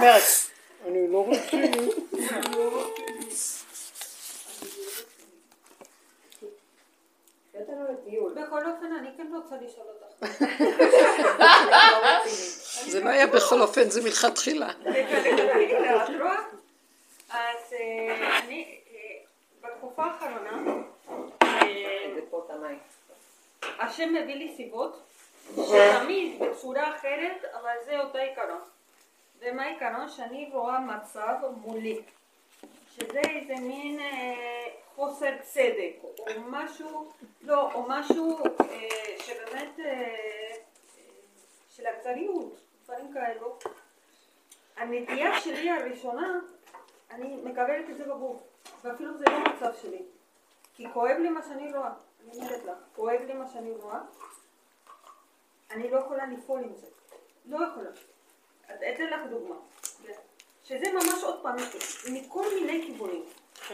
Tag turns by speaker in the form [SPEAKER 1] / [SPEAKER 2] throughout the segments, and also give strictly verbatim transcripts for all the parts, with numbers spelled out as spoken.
[SPEAKER 1] אומרת, אני לא רוצה.
[SPEAKER 2] בכל אופן, אני כן רוצה לשאול אותך.
[SPEAKER 1] זה לא היה בכל אופן, זה מלכתחילה.
[SPEAKER 2] אז אני, בתקופה האחרונה, השם מביא לי סיבות, שתמיד בצורה אחרת, אבל זה אותו עיקרון. ומה העיקרון? שאני רואה מצב מולי, שזה איזה מין אה, חוסר צדק, או משהו, לא, או משהו אה, שבאמת אה, של אכזריות, דברים כאלו. הנטייה שלי הראשונה, אני מקבלת את זה בגוף, ואפילו זה לא מצב שלי, כי כואב לי מה שאני רואה, אני אומרת לך, כואב לי מה שאני רואה, אני לא יכולה לפעול עם זה, לא יכולה. אתן לך דוגמה, שזה ממש עוד פעם, מכל מיני כיוונים.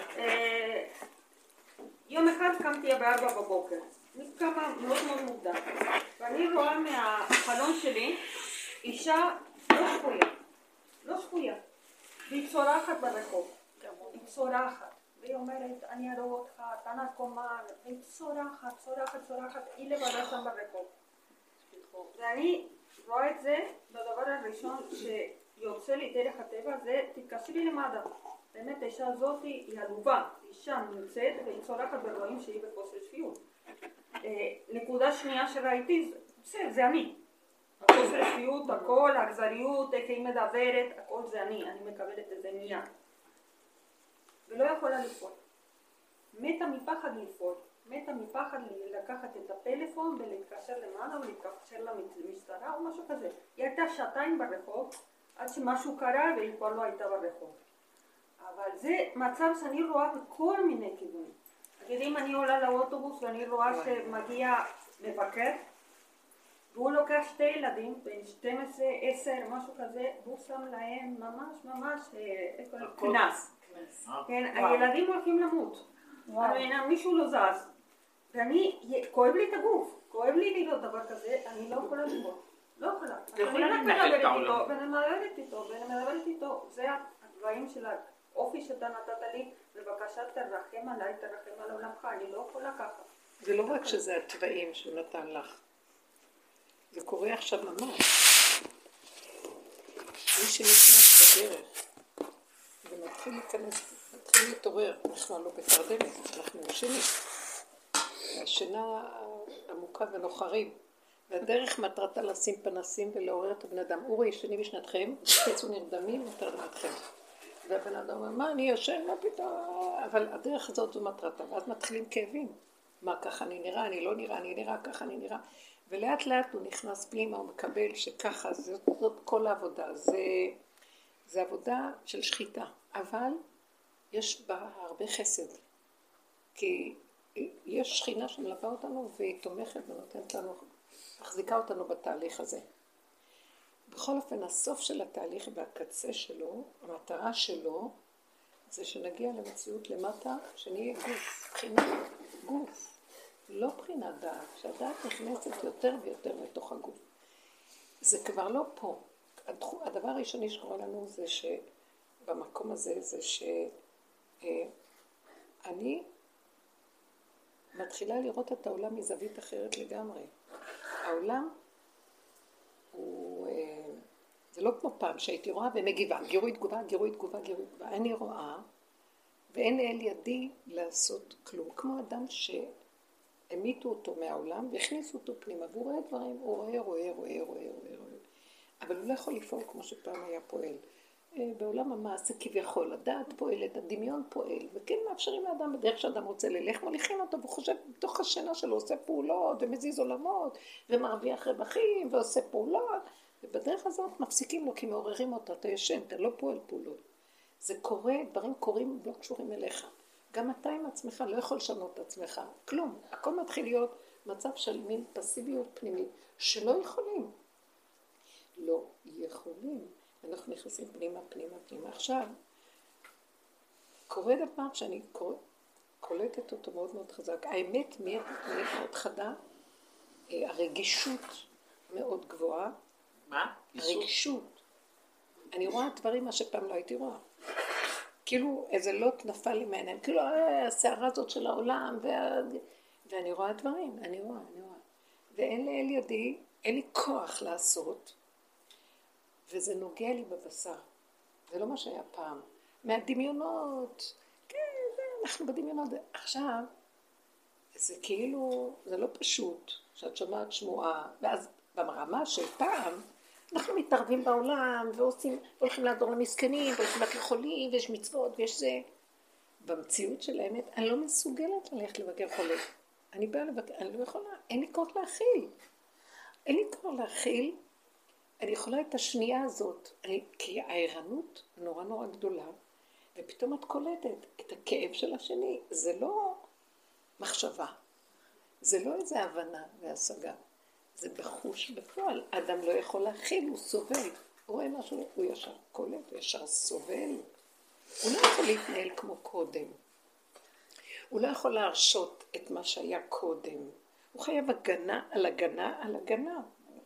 [SPEAKER 2] יום אחד קמתי בארבע בבוקר, קמה מאוד מאוד מוקדם, ואני רואה מהחלון שלי אישה לא שפויה, לא שפויה, והיא צורחת ברחוב, היא צורחת, והיא אומרת, אני ארוג אותך, אתה נרקומן, והיא צורחת, צורחת, צורחת, היא לבדה שם ברחוב. ואני רואה את זה, בדבר הראשון שיוצא לי דרך הטבע, זה תתקשרי למד"א. באמת האישה הזאת היא עלובה, אישה נמצאת והיא צורחת ברואים שהיא בחוסר שפיות. נקודה שנייה שראיתי, זה, זה אני. החוסר שפיות, הכל, האכזריות, איך היא מדברת, הכל זה אני, אני מקבלת את זה מיד. ולא יכולה לפעול. מתה מפחד לפעול. מתה מפחד לקחת את הפלאפון ולהתקשר למעלה או להתקשר למשטרה או משהו כזה. היא הייתה שעתיים ברחוב עד שמשהו קרה והיא כבר לא הייתה ברחוב. אבל זה מצב שאני רואה בכל מיני כיוונים. אם אני עולה לאוטובוס ואני רואה שמגיע מבקר והוא לוקח שתי ילדים בין שתים עשרה, עשר, משהו כזה, והוא שם להם ממש ממש כנס. הילדים הולכים למות. מישהו לא זז. ואני, כואב לי את הגוף, כואב לי לראות דבר כזה, אני לא יכולה לראות, לא יכולה. אני רק מדברת איתו, ואני מדברת איתו, ואני מדברת איתו, זה הדברים של האופי שאתה נתת לי, בבקשה תרחם עליי, תרחם על עולמך, אני לא יכולה ככה.
[SPEAKER 1] זה לא רק שזה הטבעים שהוא נתן לך, זה קורה עכשיו ממש. מי שנכנס בדרך, ומתחיל להיכנס, מתחיל להתעורר, אנחנו לא בתרדמת, אנחנו ישנים. השינה עמוקה ונוחרים, והדרך מטרתה לשים פנסים ולעורר את הבן אדם. אורי, ישנים בשנתכם, תצאו נרדמים מתרדמתכם. והבן אדם אומר, מה, אני ישן, מה פתאום? אבל הדרך הזאת זו מטרתה, ואז מתחילים כאבים. מה, ככה אני נראה, אני לא נראה, אני נראה, ככה אני נראה. ולאט לאט הוא נכנס פנימה, הוא מקבל שככה, זאת, זאת כל העבודה. זה, זה עבודה של שחיטה, אבל יש בה הרבה חסד. כי יש שכינה שמלווה אותנו והיא תומכת ונותנת לנו, מחזיקה אותנו בתהליך הזה. בכל אופן, הסוף של התהליך והקצה שלו, המטרה שלו, זה שנגיע למציאות למטה, שנהיה גוף, בחינת גוף, לא בחינת דעת, שהדעת נכנסת יותר ויותר לתוך הגוף. זה כבר לא פה. הדבר הראשוני שקורה לנו זה שבמקום הזה, זה שאני מתחילה לראות את העולם מזווית אחרת לגמרי. העולם הוא, זה לא כמו פעם שהייתי רואה ומגיבה, גירוי תגובה, גירוי תגובה, גירוי תגובה. אני רואה ואין אל ידי לעשות כלום. כמו אדם שהמיתו אותו מהעולם והכניסו אותו פנימה, והוא רואה דברים, הוא רואה, רואה, רואה, רואה, רואה, רואה. אבל הוא לא יכול לפעול כמו שפעם היה פועל. בעולם המעשה כביכול, הדעת פועלת, הדמיון פועל, וכן מאפשרים לאדם בדרך שאדם רוצה ללך, מוליכים אותו, והוא חושב בתוך השינה שלו, עושה פעולות, ומזיז עולמות, ומרוויח רווחים, ועושה פעולות, ובדרך הזאת מפסיקים לו, כי מעוררים אותו, אתה ישן, אתה לא פועל פעולות. זה קורה, דברים קורים, לא קשורים אליך. גם אתה עם עצמך לא יכול לשנות את עצמך, כלום. הכל מתחיל להיות מצב של מין פסיביות פנימית, שלא יכולים. לא יכולים. אנחנו נכנסים פנימה, פנימה, פנימה. עכשיו, קורה דבר שאני קולטת אותו מאוד מאוד חזק. האמת מאוד מאוד חדה, הרגישות מאוד גבוהה.
[SPEAKER 3] מה?
[SPEAKER 1] הרגישות. אני רואה דברים מה שפעם לא הייתי רואה. כאילו איזה לוט נפל לי מעיניהם, כאילו הסערה הזאת של העולם, וה... ואני רואה דברים, אני רואה, אני רואה. ואין לי אל ידי, אין לי כוח לעשות, וזה נוגע לי בבשר. זה לא מה שהיה פעם. מהדמיונות, כן, זה, אנחנו בדמיונות. עכשיו, זה כאילו, זה לא פשוט, שאת שומעת שמועה, ואז ברמה של פעם, אנחנו מתערבים בעולם, ועושים, והולכים לעזור למסכנים, והולכים לבקר חולים, ויש מצוות, ויש זה. במציאות של האמת, אני לא מסוגלת ללכת לבקר חולה. אני באה לבקר, אני לא יכולה, אין לי כוח להכיל. אין לי כוח להכיל, אני יכולה את השנייה הזאת, אני, כי הערנות נורא נורא גדולה, ופתאום את קולטת את הכאב של השני. זה לא מחשבה, זה לא איזו הבנה והשגה, זה בחוש בפועל. אדם לא יכול להכיל, הוא סובל. הוא רואה משהו, הוא ישר קולט, הוא ישר סובל. הוא לא יכול להתנהל כמו קודם. הוא לא יכול להרשות את מה שהיה קודם. הוא חייב הגנה על הגנה על הגנה.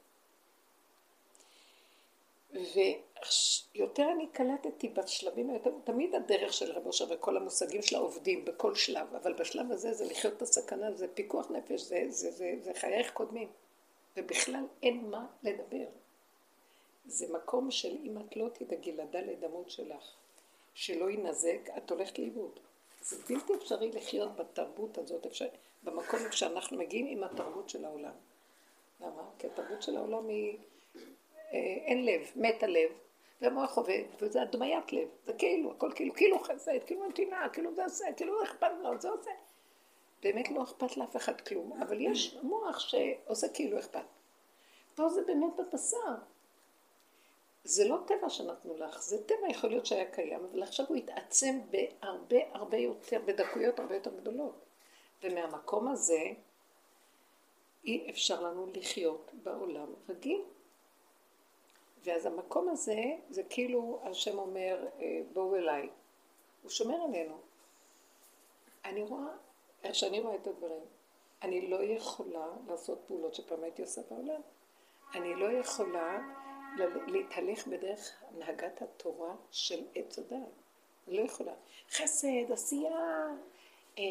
[SPEAKER 1] ויותר אני קלטתי בשלבים היותר, תמיד הדרך של רב אושר וכל המושגים שלה עובדים בכל שלב, אבל בשלב הזה זה לחיות את הסכנה, זה פיקוח נפש, זה, זה, זה, זה חייך קודמים. ובכלל אין מה לדבר. זה מקום של אם את לא תדאגי לדלת אמות שלך, שלא ינזק, את הולכת לאיבוד. זה בלתי אפשרי לחיות בתרבות הזאת, אפשר, במקום שאנחנו מגיעים עם התרבות של העולם. למה? כי התרבות של העולם היא, אה, אין לב, מת הלב, והמוח עובד, וזה הדמיית לב, זה כאילו, הכל כאילו, כאילו חסד, כאילו נתינה, כאילו זה עושה, כאילו לא אכפת לו, זה עושה. באמת לא אכפת לאף אחד כלום, אבל יש מוח שעושה כאילו אכפת. פה זה באמת בבשר. זה לא טבע שנתנו לך, זה טבע יכול להיות שהיה קיים, אבל עכשיו הוא התעצם בהרבה הרבה יותר, בדקויות הרבה יותר גדולות. ומהמקום הזה אי אפשר לנו לחיות בעולם רגיל. ואז המקום הזה, זה כאילו השם אומר, בואו אליי. הוא שומר עלינו. אני רואה, איך שאני רואה את הדברים, אני לא יכולה לעשות פעולות שפעם הייתי עושה בעולם. אני לא יכולה להתהלך בדרך הנהגת התורה של עץ הדעת. אני לא יכולה. חסד, עשייה, אה,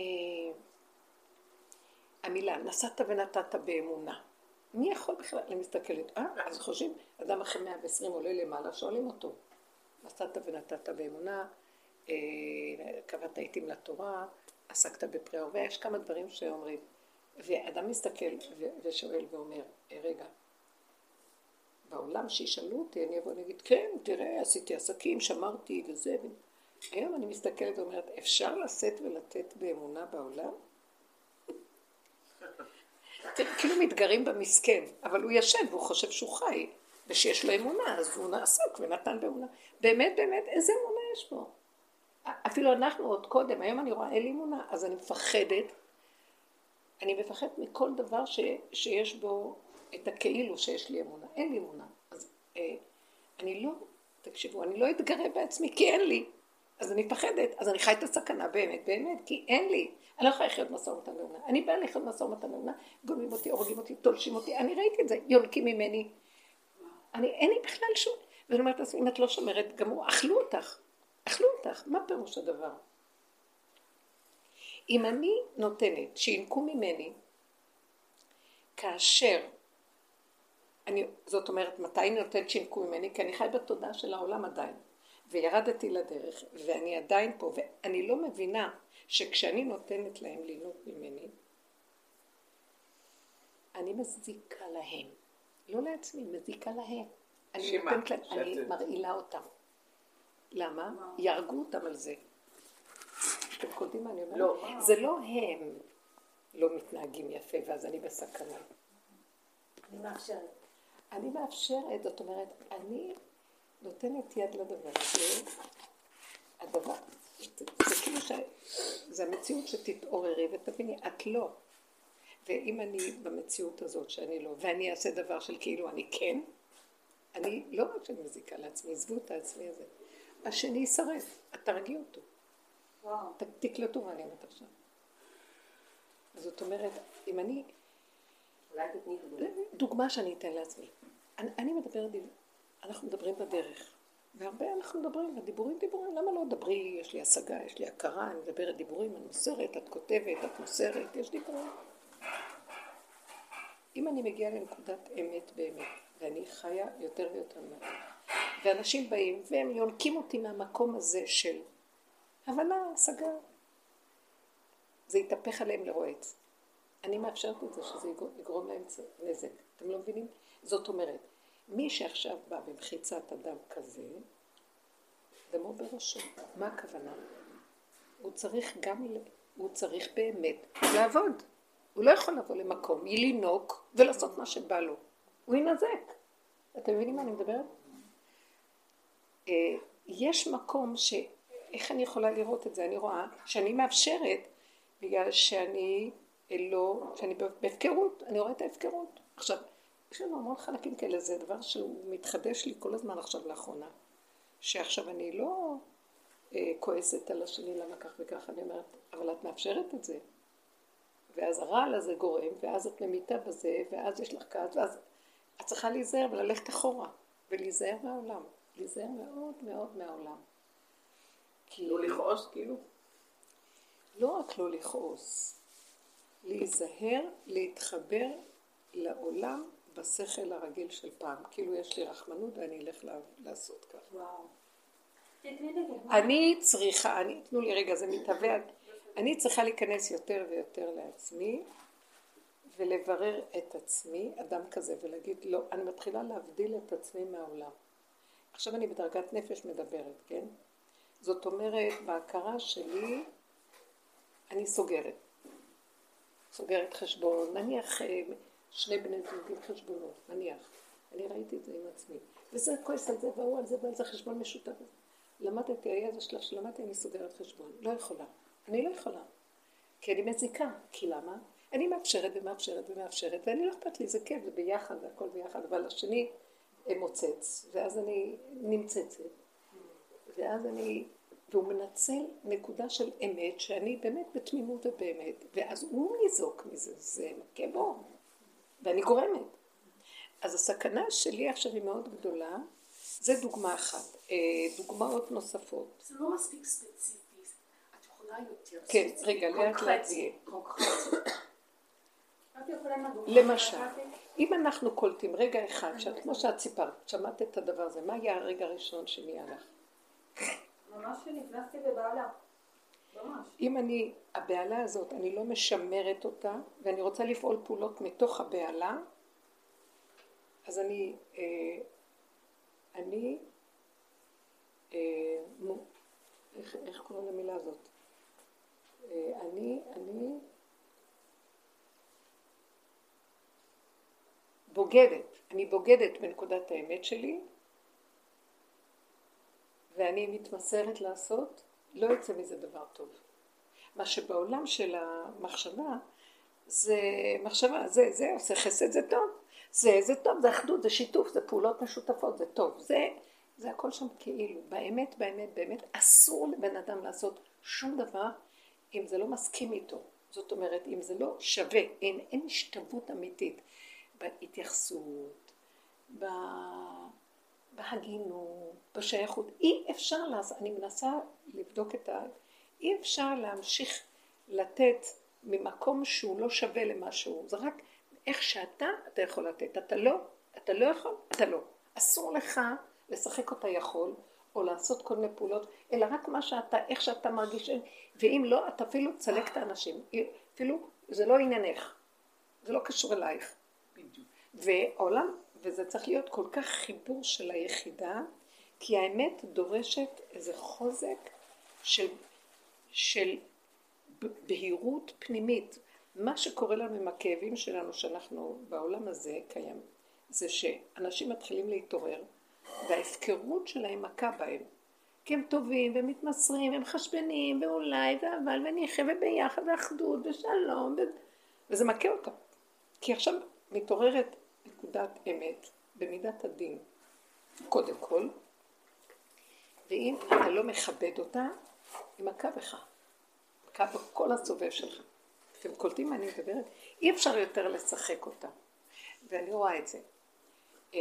[SPEAKER 1] המילה, נסעת ונתת באמונה. מי יכול בכלל? אני מסתכלת, אה, אז חושבים, אדם אחרי מאה ועשרים עולה למעלה, שואלים אותו. נסעת ונתת באמונה, אה, קבעת עיתים לתורה, עסקת בפרי ערווה, יש כמה דברים שאומרים. ואדם מסתכל ושואל ואומר, רגע, בעולם שישאלו אותי, אני אבוא נגיד, כן, תראה, עשיתי עסקים, שמרתי וזה. היום אני מסתכלת ואומרת, אפשר לשאת ולתת באמונה בעולם? כאילו מתגרים במסכן, אבל הוא ישב והוא חושב שהוא חי, ושיש לו אמונה, אז הוא נעסק ונתן באמונה. באמת, באמת, איזה אמונה יש פה? אפילו אנחנו עוד קודם, היום אני רואה אין לי אמונה, אז אני מפחדת, אני מפחדת מכל דבר ש, שיש בו את הכאילו שיש לי אמונה. אין לי אמונה. אז אה, אני לא, תקשיבו, אני לא אתגרה בעצמי, כי אין לי. אז אני מפחדת, אז אני חי את הסכנה באמת, באמת, כי אין לי. אני לא יכולה לחיות מסע ומתן באמונה. אני באה לחיות מסע ומתן באמונה, גונבים אותי, הורגים אותי, תולשים אותי. אני ראיתי את זה, יונקים ממני. אני, אין לי בכלל שום. ואני אומרת לעצמי, אם את לא שומרת, גם הוא, אכלו אותך. אכלו אותך. מה פירוש הדבר? אם אני נותנת שינקו ממני, כאשר, אני, זאת אומרת, מתי אני נותנת שינקו ממני? כי אני חי בתודעה של העולם עדיין. וירדתי לדרך, ואני עדיין פה, ואני לא מבינה שכשאני נותנת להם ליהנות ממני, אני מזיקה להם. לא לעצמי, מזיקה להם. אני נותנת להם, אני מרעילה אותם. למה? ירגו אותם על זה. אתם קולטים מה אני אומרת?
[SPEAKER 2] לא.
[SPEAKER 1] זה לא הם לא מתנהגים יפה, ואז אני בסכנה.
[SPEAKER 2] אני מאפשרת.
[SPEAKER 1] אני מאפשרת, זאת אומרת, אני נותנת יד לדבר הזה. הדבר, זה, זה כאילו ש... זה המציאות שתתעוררי ותביני, את לא. ואם אני במציאות הזאת שאני לא, ואני אעשה דבר של כאילו אני כן, אני לא רק שאני מזיקה לעצמי, עזבו את העצמי הזה. השני ישרף, את תרגיע אותו.
[SPEAKER 2] וואו.
[SPEAKER 1] תקלטו מה אני אומרת עכשיו. אז זאת אומרת, אם אני...
[SPEAKER 2] אולי תתני דוגמה.
[SPEAKER 1] דוגמה שאני אתן לעצמי. אני, אני מדברת, אנחנו מדברים בדרך. והרבה אנחנו מדברים, הדיבורים דיבורים, למה לא דברי, יש לי השגה, יש לי הכרה, אני מדברת דיבורים, אני מוסרת, את כותבת, את מוסרת, יש דיבורים. אם אני מגיעה לנקודת אמת באמת, ואני חיה יותר ויותר מעט, ואנשים באים והם יונקים אותי מהמקום הזה של הבנה, השגה, זה יתהפך עליהם לרועץ. אני מאפשרת את זה שזה יגרום להם נזק. אתם לא מבינים? זאת אומרת, מי שעכשיו בא במחיצת אדם כזה, דמו בראשו. מה הכוונה? הוא צריך גם, הוא צריך באמת לעבוד. הוא לא יכול לבוא למקום, לינוק ולעשות מה שבא לו. הוא ינזק. אתם מבינים מה אני מדברת? יש מקום ש... איך אני יכולה לראות את זה? אני רואה שאני מאפשרת בגלל שאני לא... שאני בהפקרות. אני רואה את ההפקרות. עכשיו, יש לנו המון חלקים כאלה. זה דבר שהוא מתחדש לי כל הזמן עכשיו לאחרונה. שעכשיו אני לא אה, כועסת על השני למה כך וכך. אני אומרת, אבל את מאפשרת את זה. ואז הרעל הזה גורם, ואז את ממיתה בזה, ואז יש לך כעס, ואז את צריכה להיזהר וללכת אחורה, ולהיזהר מהעולם, להיזהר מאוד מאוד מהעולם.
[SPEAKER 3] כי... לא לכעוס כאילו?
[SPEAKER 1] לא רק לא לכעוס, להיזהר, להתחבר לעולם בשכל הרגיל של פעם. כאילו יש לי רחמנות ואני אלך לעשות כך.
[SPEAKER 2] וואו.
[SPEAKER 1] אני צריכה, אני, תנו לי רגע, זה מתהווה, אני צריכה להיכנס יותר ויותר לעצמי, ולברר את עצמי, אדם כזה, ולהגיד, לא, אני מתחילה להבדיל את עצמי מהעולם. עכשיו אני בדרגת נפש מדברת, כן? זאת אומרת, בהכרה שלי, אני סוגרת. סוגרת חשבון, נניח שני בני זוגים חשבונות, נניח. אני ראיתי את זה עם עצמי. וזה כועס על זה, והוא על זה, ועל זה חשבון משותף. למדתי, היה איזה שלב שלמדתי, אני סוגרת חשבון. לא יכולה. אני לא יכולה. כי אני מזיקה. כי למה? אני מאפשרת ומאפשרת ומאפשרת, ואני לא אכפת לי, זה כיף, זה ביחד, זה הכל ביחד, אבל השני מוצץ, ואז אני נמצצת, ואז אני, והוא מנצל נקודה של אמת, שאני באמת בתמימות ובאמת, ואז הוא ניזוק מזה, זה מכה בו, ואני גורמת. אז הסכנה שלי עכשיו היא מאוד גדולה, זה דוגמה אחת, דוגמאות נוספות.
[SPEAKER 4] זה לא מספיק ספציפי, את יכולה יותר
[SPEAKER 1] כן, רגע, לאט לאט זה יהיה. למשל, אם אנחנו קולטים רגע אחד, כמו שאת סיפרת, שמעת את הדבר הזה, מה היה הרגע הראשון שנהיה לך?
[SPEAKER 2] ממש שנכנסתי בבעלה, ממש.
[SPEAKER 1] אם אני, הבעלה הזאת, אני לא משמרת אותה, ואני רוצה לפעול פעולות מתוך הבעלה, אז אני, אה, אני, אה, איך, איך קוראים למילה הזאת? אה, אני, אני, בוגדת, אני בוגדת בנקודת האמת שלי, ואני מתמסרת לעשות, לא יוצא מזה דבר טוב. מה שבעולם של המחשבה, זה מחשבה, זה, זה עושה חסד, זה טוב. זה, זה טוב, זה אחדות, זה שיתוף, זה פעולות משותפות, זה טוב. זה, זה הכל שם כאילו. באמת, באמת, באמת, אסור לבן אדם לעשות שום דבר, אם זה לא מסכים איתו. זאת אומרת, אם זה לא שווה, אין, אין השתוות אמיתית. בהתייחסות, בהגינות, בשייכות. אי אפשר לעשות, אני מנסה לבדוק את ה... אי אפשר להמשיך לתת ממקום שהוא לא שווה למשהו. זה רק איך שאתה, אתה יכול לתת. אתה לא, אתה לא יכול, אתה לא. אסור לך לשחק אותה יכול, או לעשות כל מיני פעולות, אלא רק מה שאתה, איך שאתה מרגיש. ואם לא, אתה אפילו צלק את האנשים. אפילו, זה לא עניינך. זה לא קשור אלייך. ועולם, וזה צריך להיות כל כך חיבור של היחידה, כי האמת דורשת איזה חוזק של, של בהירות פנימית. מה שקורה לנו עם הכאבים שלנו שאנחנו בעולם הזה קיים, זה שאנשים מתחילים להתעורר, וההפקרות שלהם מכה בהם. כי הם טובים ומתמסרים, הם חשבנים, ואולי, ואבל, וניחא, וביחד, ואחדות, ושלום, ו... וזה מכה אותם. כי עכשיו מתעוררת נקודת אמת במידת הדין, קודם כל, ואם אתה לא מכבד אותה, היא מכה בך, מכה בכל הסובב שלך. אתם קולטים מה אני מדברת? אי אפשר יותר לשחק אותה, ואני רואה את זה.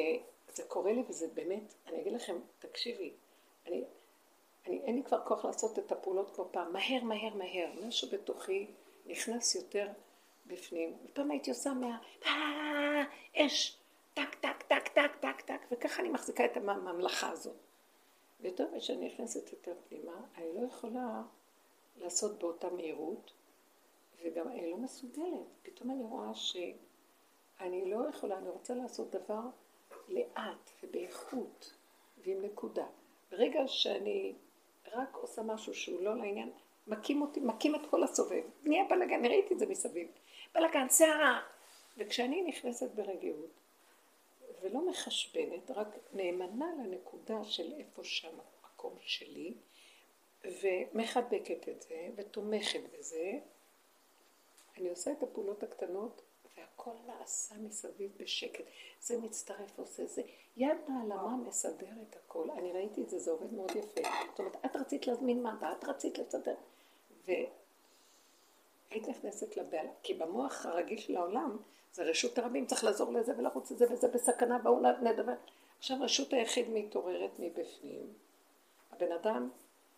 [SPEAKER 1] זה קורה לי וזה באמת, אני אגיד לכם, תקשיבי, אני, אני, אין לי כבר כוח לעשות את הפעולות כמו פעם, מהר, מהר, מהר, משהו בתוכי נכנס יותר בפנים, ופעם הייתי עושה מה, אש, טק, טק, טק, טק, טק, טק, וככה אני מחזיקה את הממלכה הזאת. ויותר משאני נכנסת יותר פנימה, אני לא יכולה לעשות באותה מהירות, וגם אני לא מסוגלת. פתאום אני רואה שאני לא יכולה, אני רוצה לעשות דבר לאט ובאיכות ועם נקודה. ברגע שאני רק עושה משהו שהוא לא לעניין, מקים אותי, מקים את כל הסובב. נהיה בלגן, ראיתי את זה מסביב. בלגן, שערה. וכשאני נכנסת ברגיעות, ולא מחשבנת, רק נאמנה לנקודה של איפה שם המקום שלי, ומחבקת את זה, ותומכת בזה, אני עושה את הפעולות הקטנות, והכל נעשה מסביב בשקט. זה מצטרף, עושה זה. יד נעלמה מסדר את הכל. אני ראיתי את זה, זה עובד מאוד יפה. זאת אומרת, את רצית להזמין מה, את רצית לסדר. והיית נכנסת לבעל, כי במוח הרגיל של העולם, זה רשות הרבים, צריך לעזור לזה ולרוץ לזה, וזה בסכנה, בואו נדבר. עכשיו, רשות היחיד מתעוררת מבפנים. הבן אדם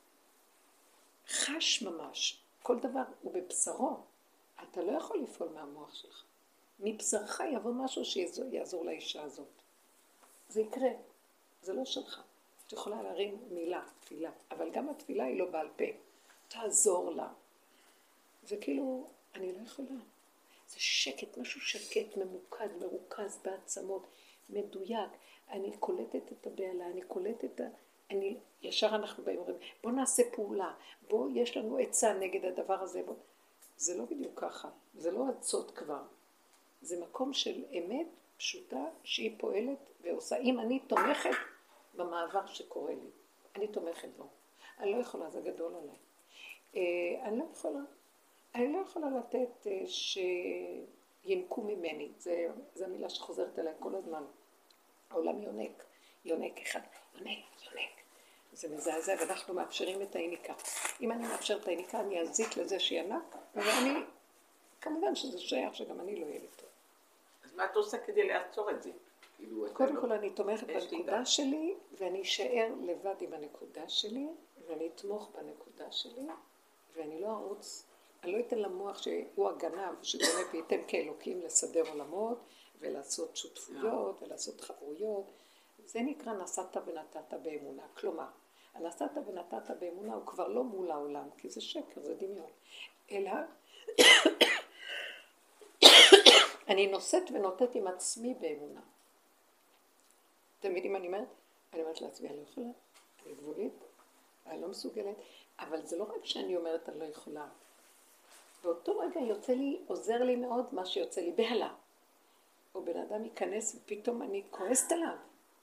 [SPEAKER 1] חש ממש, כל דבר הוא בבשרו. אתה לא יכול לפעול מהמוח שלך. מבשרך יבוא משהו שיעזור לאישה הזאת. זה יקרה, זה לא שלך. את יכולה להרים מילה, תפילה, אבל גם התפילה היא לא בעל פה. תעזור לה. זה כאילו, אני לא יכולה. זה שקט, משהו שקט, ממוקד, מרוכז בעצמות, מדויק. אני קולטת את הבעלה, אני קולטת את ה... אני, ישר אנחנו באים אומרים, בוא נעשה פעולה, בוא יש לנו עצה נגד הדבר הזה. בוא... זה לא בדיוק ככה, זה לא עצות כבר. זה מקום של אמת פשוטה שהיא פועלת ועושה. אם אני תומכת במעבר שקורה לי, אני תומכת בו. אני לא יכולה, זה גדול עליי. אני לא יכולה. אני לא יכולה לתת שינקו ממני, זה, זה המילה שחוזרת אליי כל הזמן. העולם יונק, יונק אחד, יונק, יונק. זה מזעזע, ואנחנו מאפשרים את היניקה. אם אני מאפשר את היניקה, אני אזיק לזה שינק, ואני, כמובן שזה שייך שגם אני לא יהיה לי טוב.
[SPEAKER 3] אז מה את עושה כדי לעצור את זה?
[SPEAKER 1] קודם כל אני תומכת בנקודה שלי, ואני אשאר לבד עם הנקודה שלי, ואני אתמוך בנקודה שלי, ואני לא ארוץ, אני לא אתן למוח שהוא הגנב שגונב וייתן כאלוקים לסדר עולמות ולעשות שותפויות ולעשות חברויות. זה נקרא נסעת ונתת באמונה. כלומר, הנסעת ונתת באמונה הוא כבר לא מול העולם, כי זה שקר, זה דמיון. אלא אני נושאת ונותת עם עצמי באמונה. תמיד אם אני אומרת, אני אומרת לעצמי, אני לא יכולה, אני גבולית, אני לא מסוגלת, אבל זה לא רק שאני אומרת אני לא יכולה. באותו רגע יוצא לי, עוזר לי מאוד מה שיוצא לי, בהלה. או בן אדם ייכנס ופתאום אני כועסת עליו.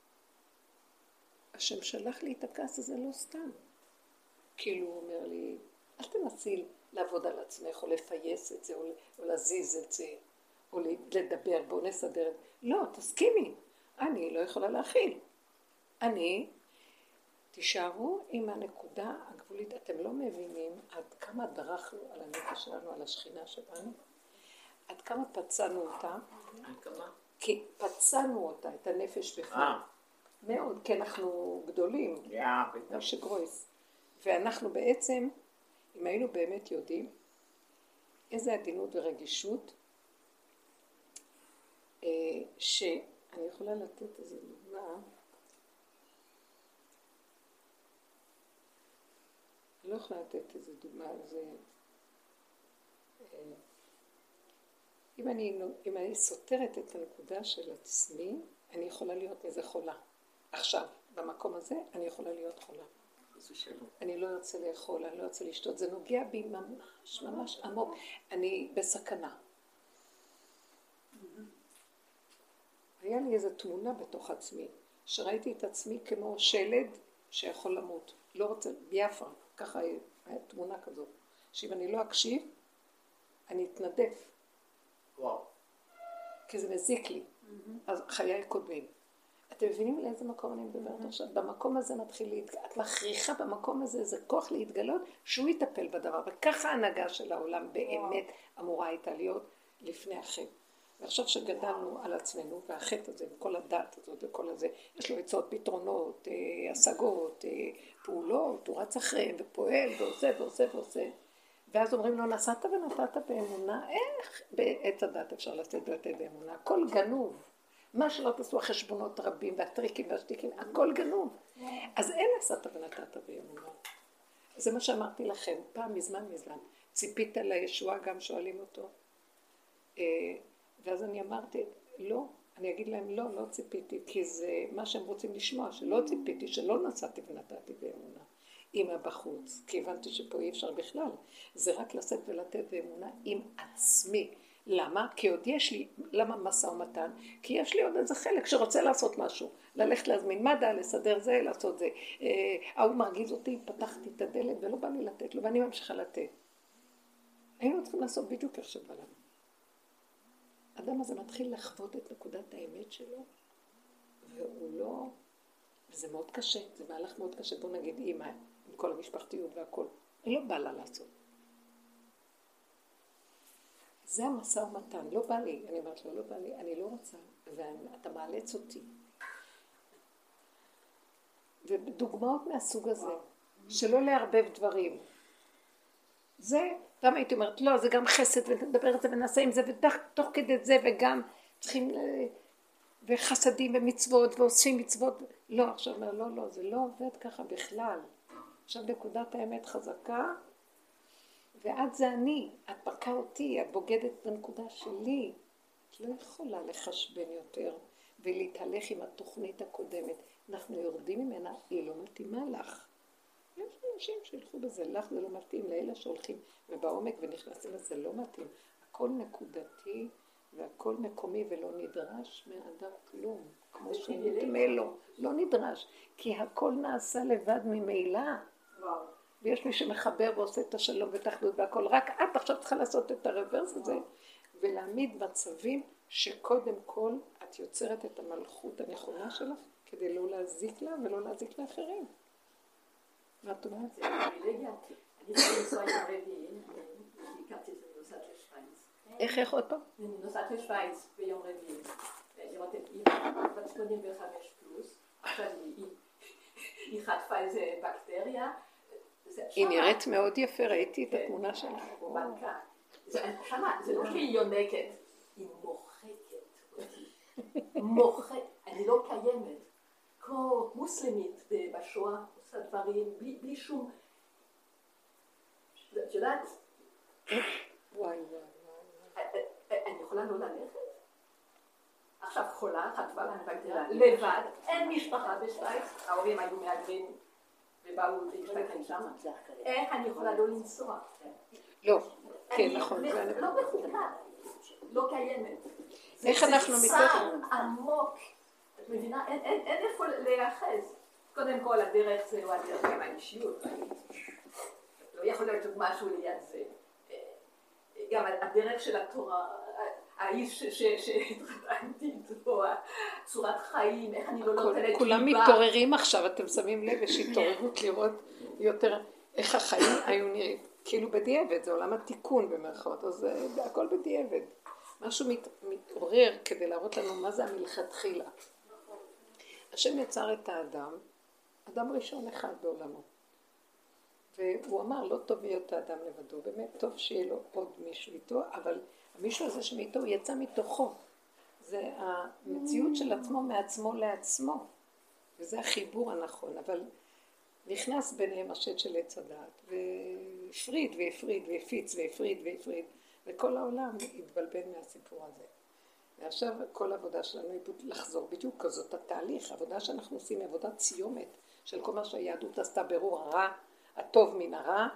[SPEAKER 1] השם שלח לי את הכעס הזה לא סתם. כאילו הוא אומר לי, אל תנסי לעבוד על עצמך, או לפייס את זה, או, או להזיז את זה, או לדבר, בוא נסדר. לא, תסכימי. אני לא יכולה להכיל. אני, תישארו עם הנקודה הגבולית. אתם לא מבינים עד כמה דרכנו על הנפש שלנו, על השכינה שלנו, עד כמה פצענו אותה.
[SPEAKER 3] עד כמה?
[SPEAKER 1] כי פצענו אותה, את הנפש בפנים. מאוד, כי אנחנו גדולים. גם שגרויס. ואנחנו בעצם, אם היינו באמת יודעים, איזה עדינות ורגישות, שאני יכולה לתת איזו דוגמה, אני לא יכולה לתת איזו דוגמה, זה... אם אני, אם אני סותרת את הנקודה של עצמי, אני יכולה להיות איזה חולה. עכשיו, במקום הזה, אני יכולה להיות חולה. אני לא ארצה לאכול, אני לא ארצה לשתות, זה נוגע בי ממש, ממש עמוק. אני בסכנה. היה לי איזו תמונה בתוך עצמי, שראיתי את עצמי כמו שלד שיכול למות. לא רוצה, ביפר, ככה היה תמונה כזאת. שאם אני לא אקשיב, אני אתנדף.
[SPEAKER 3] וואו.
[SPEAKER 1] כי זה מזיק לי. אז חיי קודמים. אתם מבינים לאיזה מקום אני מדברת עכשיו? במקום הזה מתחיל להתגלות, את מכריחה במקום הזה, זה כוח להתגלות, שהוא יטפל בדבר. וככה ההנהגה של העולם באמת אמורה הייתה להיות לפני החטא. ועכשיו שגדלנו על עצמנו, והחטא הזה, וכל הדת הזאת וכל הזה, יש לו עצות, פתרונות, אה, השגות, אה, פעולות, הוא רץ אחריהם ופועל ועושה ועושה ועושה. ואז אומרים לו, נסעת ונתת באמונה, איך בעץ הדת אפשר לצאת ולתת באמונה? הכל גנוב. מה שלא תעשו החשבונות רבים והטריקים והשתיקים, הכל גנוב. אז אין נסעת ונתת באמונה. זה מה שאמרתי לכם, פעם מזמן מזמן. ציפית לישועה, גם שואלים אותו. ואז אני אמרתי, לא, אני אגיד להם, לא, לא ציפיתי, כי זה מה שהם רוצים לשמוע, שלא ציפיתי, שלא נסעתי ונתתי באמונה. אמא בחוץ, כי הבנתי שפה אי אפשר בכלל. זה רק לשאת ולתת באמונה עם עצמי. למה? כי עוד יש לי, למה משא ומתן? כי יש לי עוד איזה חלק שרוצה לעשות משהו. ללכת להזמין מד"א, לסדר זה, לעשות זה. ההוא מרגיז אותי, פתחתי את הדלת ולא בא לי לתת לו, ואני ממשיכה לתת. היינו צריכים לעשות בדיוק איך שבא לנו. האדם הזה מתחיל לחוות את נקודת האמת שלו, והוא לא... וזה מאוד קשה, זה מהלך מאוד קשה. בוא נגיד אימא, עם כל המשפחתיות והכל. היא לא בא לה לעשות. זה המשא ומתן, לא בא לי. אני אומרת לו, לא בא לי, אני לא רוצה, ואתה מאלץ אותי. ודוגמאות מהסוג הזה, שלא להרבב דברים. זה, פעם הייתי אומרת, לא, זה גם חסד, ונדבר את זה ונעשה עם זה, ותוך כדי זה, וגם צריכים, וחסדים ומצוות, ועושים מצוות. לא, עכשיו אומר, לא, לא, זה לא עובד ככה בכלל. עכשיו נקודת האמת חזקה, ואת זה אני, את פרקה אותי, את בוגדת בנקודה שלי. את לא יכולה לחשבן יותר ולהתהלך עם התוכנית הקודמת. אנחנו יורדים ממנה, היא לא מתאימה לך. יש אנשים שילכו בזה, לך זה לא מתאים, לאלה שהולכים ובעומק ונכנסים לזה לא מתאים. הכל נקודתי והכל מקומי ולא נדרש מאדם כלום. כמו שנדמה לו, לא נדרש, כי הכל נעשה לבד ממילא. ויש מי שמחבר ועושה את השלום ואת האחדות והכל, רק את עכשיו צריכה לעשות את הרוורס הזה, ולהעמיד מצבים שקודם כל את יוצרת את המלכות הנכונה שלך, כדי לא להזיק לה ולא להזיק לאחרים. מה את אומרת?
[SPEAKER 4] זה פריבילגיה. אני צריכה לנסוע עם רביעי, כי הכרתי את זה, אני נוסעת לשוויץ.
[SPEAKER 1] איך, איך עוד פעם?
[SPEAKER 4] אני נוסעת לשוויץ ביום רביעי. לראות את אימא, בת שמונים וחמש פלוס, עכשיו היא חטפה איזה בקטריה.
[SPEAKER 1] היא נראית מאוד יפה, ראיתי את התמונה שלה.
[SPEAKER 4] מלכה. שמה, זה לא שהיא יונקת, היא מוחקת אותי. מוחקת, אני לא קיימת. כמו מוסלמית בשואה, עושה דברים בלי שום... את יודעת?
[SPEAKER 1] וואי וואי וואי.
[SPEAKER 4] אני יכולה לא ללכת? עכשיו חולה, חטפה לנו בקטריה, לבד, אין משפחה בשוויץ, ההורים היו מהגרים ובאו להשתכן שם. איך אני יכולה לא לנסוע?
[SPEAKER 1] לא, כן, נכון.
[SPEAKER 4] לא בחוקה, לא קיימת.
[SPEAKER 1] איך אנחנו מתוך...
[SPEAKER 4] זה צער עמוק, את מבינה? אין איפה להיאחז. קודם כל, הדרך זה לא הדרך עם האישיות. לא יכול להיות עוד משהו ליד זה. גם הדרך של התורה, האיש שהתחתנתי איתו, צורת חיים, איך אני לא נותנת ליבה.
[SPEAKER 1] כולם מתעוררים עכשיו, אתם שמים לב, יש התעוררות לראות יותר איך החיים היו נראים. כאילו בדיעבד, זה עולם התיקון במרכאות, אז זה הכל בדיעבד. משהו מת, מתעורר כדי להראות לנו מה זה המלכתחילה. השם יצר את האדם, אדם ראשון אחד בעולמו. והוא אמר, לא טוב להיות האדם לבדו, באמת טוב שיהיה לו עוד מישהו איתו, אבל המישהו הזה שמאיתו, הוא יצא מתוכו. זה המציאות של עצמו מעצמו לעצמו, וזה החיבור הנכון, אבל נכנס ביניהם השד של עץ הדעת, והפריד והפריד והפיץ והפריד והפריד, וכל העולם התבלבל מהסיפור הזה. ועכשיו כל העבודה שלנו היא לחזור בדיוק כזאת התהליך, העבודה שאנחנו עושים היא עבודת סיומת של כל מה שהיהדות עשתה ברור הרע, הטוב מן הרע,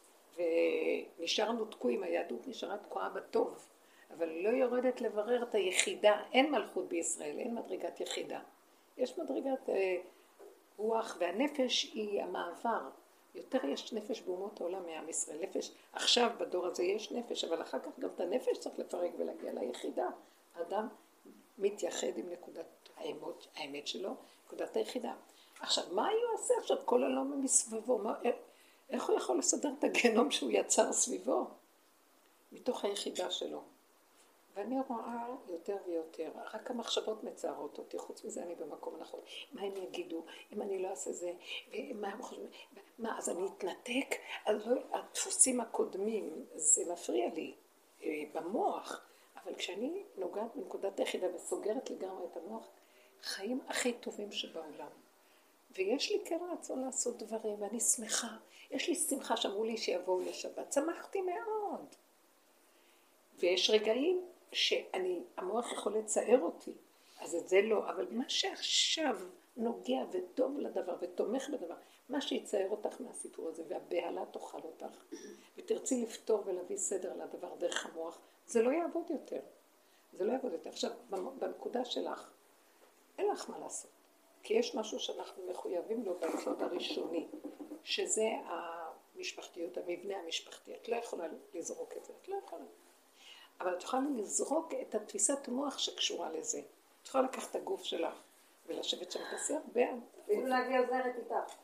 [SPEAKER 1] ונשארנו תקועים, היהדות נשארה תקועה בטוב, אבל היא לא יורדת לברר את היחידה, אין מלכות בישראל, אין מדרגת יחידה. יש מדרגת אה, רוח, והנפש היא המעבר. יותר יש נפש באומות העולם מעם ישראל. נפש, עכשיו בדור הזה יש נפש, אבל אחר כך גם את הנפש צריך לפרק ולהגיע ליחידה. האדם מתייחד עם נקודת האמת, האמת שלו, נקודת היחידה. עכשיו, מה הוא עושה עכשיו? כל העולם מסביבו. מה, איך הוא יכול לסדר את הגנום שהוא יצר סביבו? מתוך היחידה שלו. ואני רואה יותר ויותר, רק המחשבות מצערות אותי, חוץ מזה אני במקום נכון. מה הם יגידו, אם אני לא אעשה זה, ומה הם חושבים, מה, אז אני אתנתק? אז לא, הדפוסים הקודמים, זה מפריע לי במוח, אבל כשאני נוגעת בנקודת היחידה וסוגרת לגמרי את המוח, חיים הכי טובים שבעולם. ויש לי כן רצון לעשות דברים, ואני שמחה. יש לי שמחה שאמרו לי שיבואו לשבת. שמחתי מאוד. ויש רגעים שאני, המוח יכול לצייר אותי, אז את זה לא, אבל מה שעכשיו נוגע וטוב לדבר ותומך בדבר, מה שיצייר אותך מהסיפור הזה, והבהלה תאכל אותך, ותרצי לפתור ולהביא סדר לדבר דרך המוח, זה לא יעבוד יותר. זה לא יעבוד יותר. עכשיו, בנקודה שלך, אין לך מה לעשות. כי יש משהו שאנחנו מחויבים לו ביסוד הראשוני, שזה המשפחתיות, המבנה המשפחתי. את לא יכולה לזרוק את זה, את לא יכולה. אבל את יכולה לזרוק את התפיסת מוח שקשורה לזה. את יכולה לקחת את הגוף שלך ולשבת שם תעשי הרבה.
[SPEAKER 2] ואילו להגיע עוזרת איתך.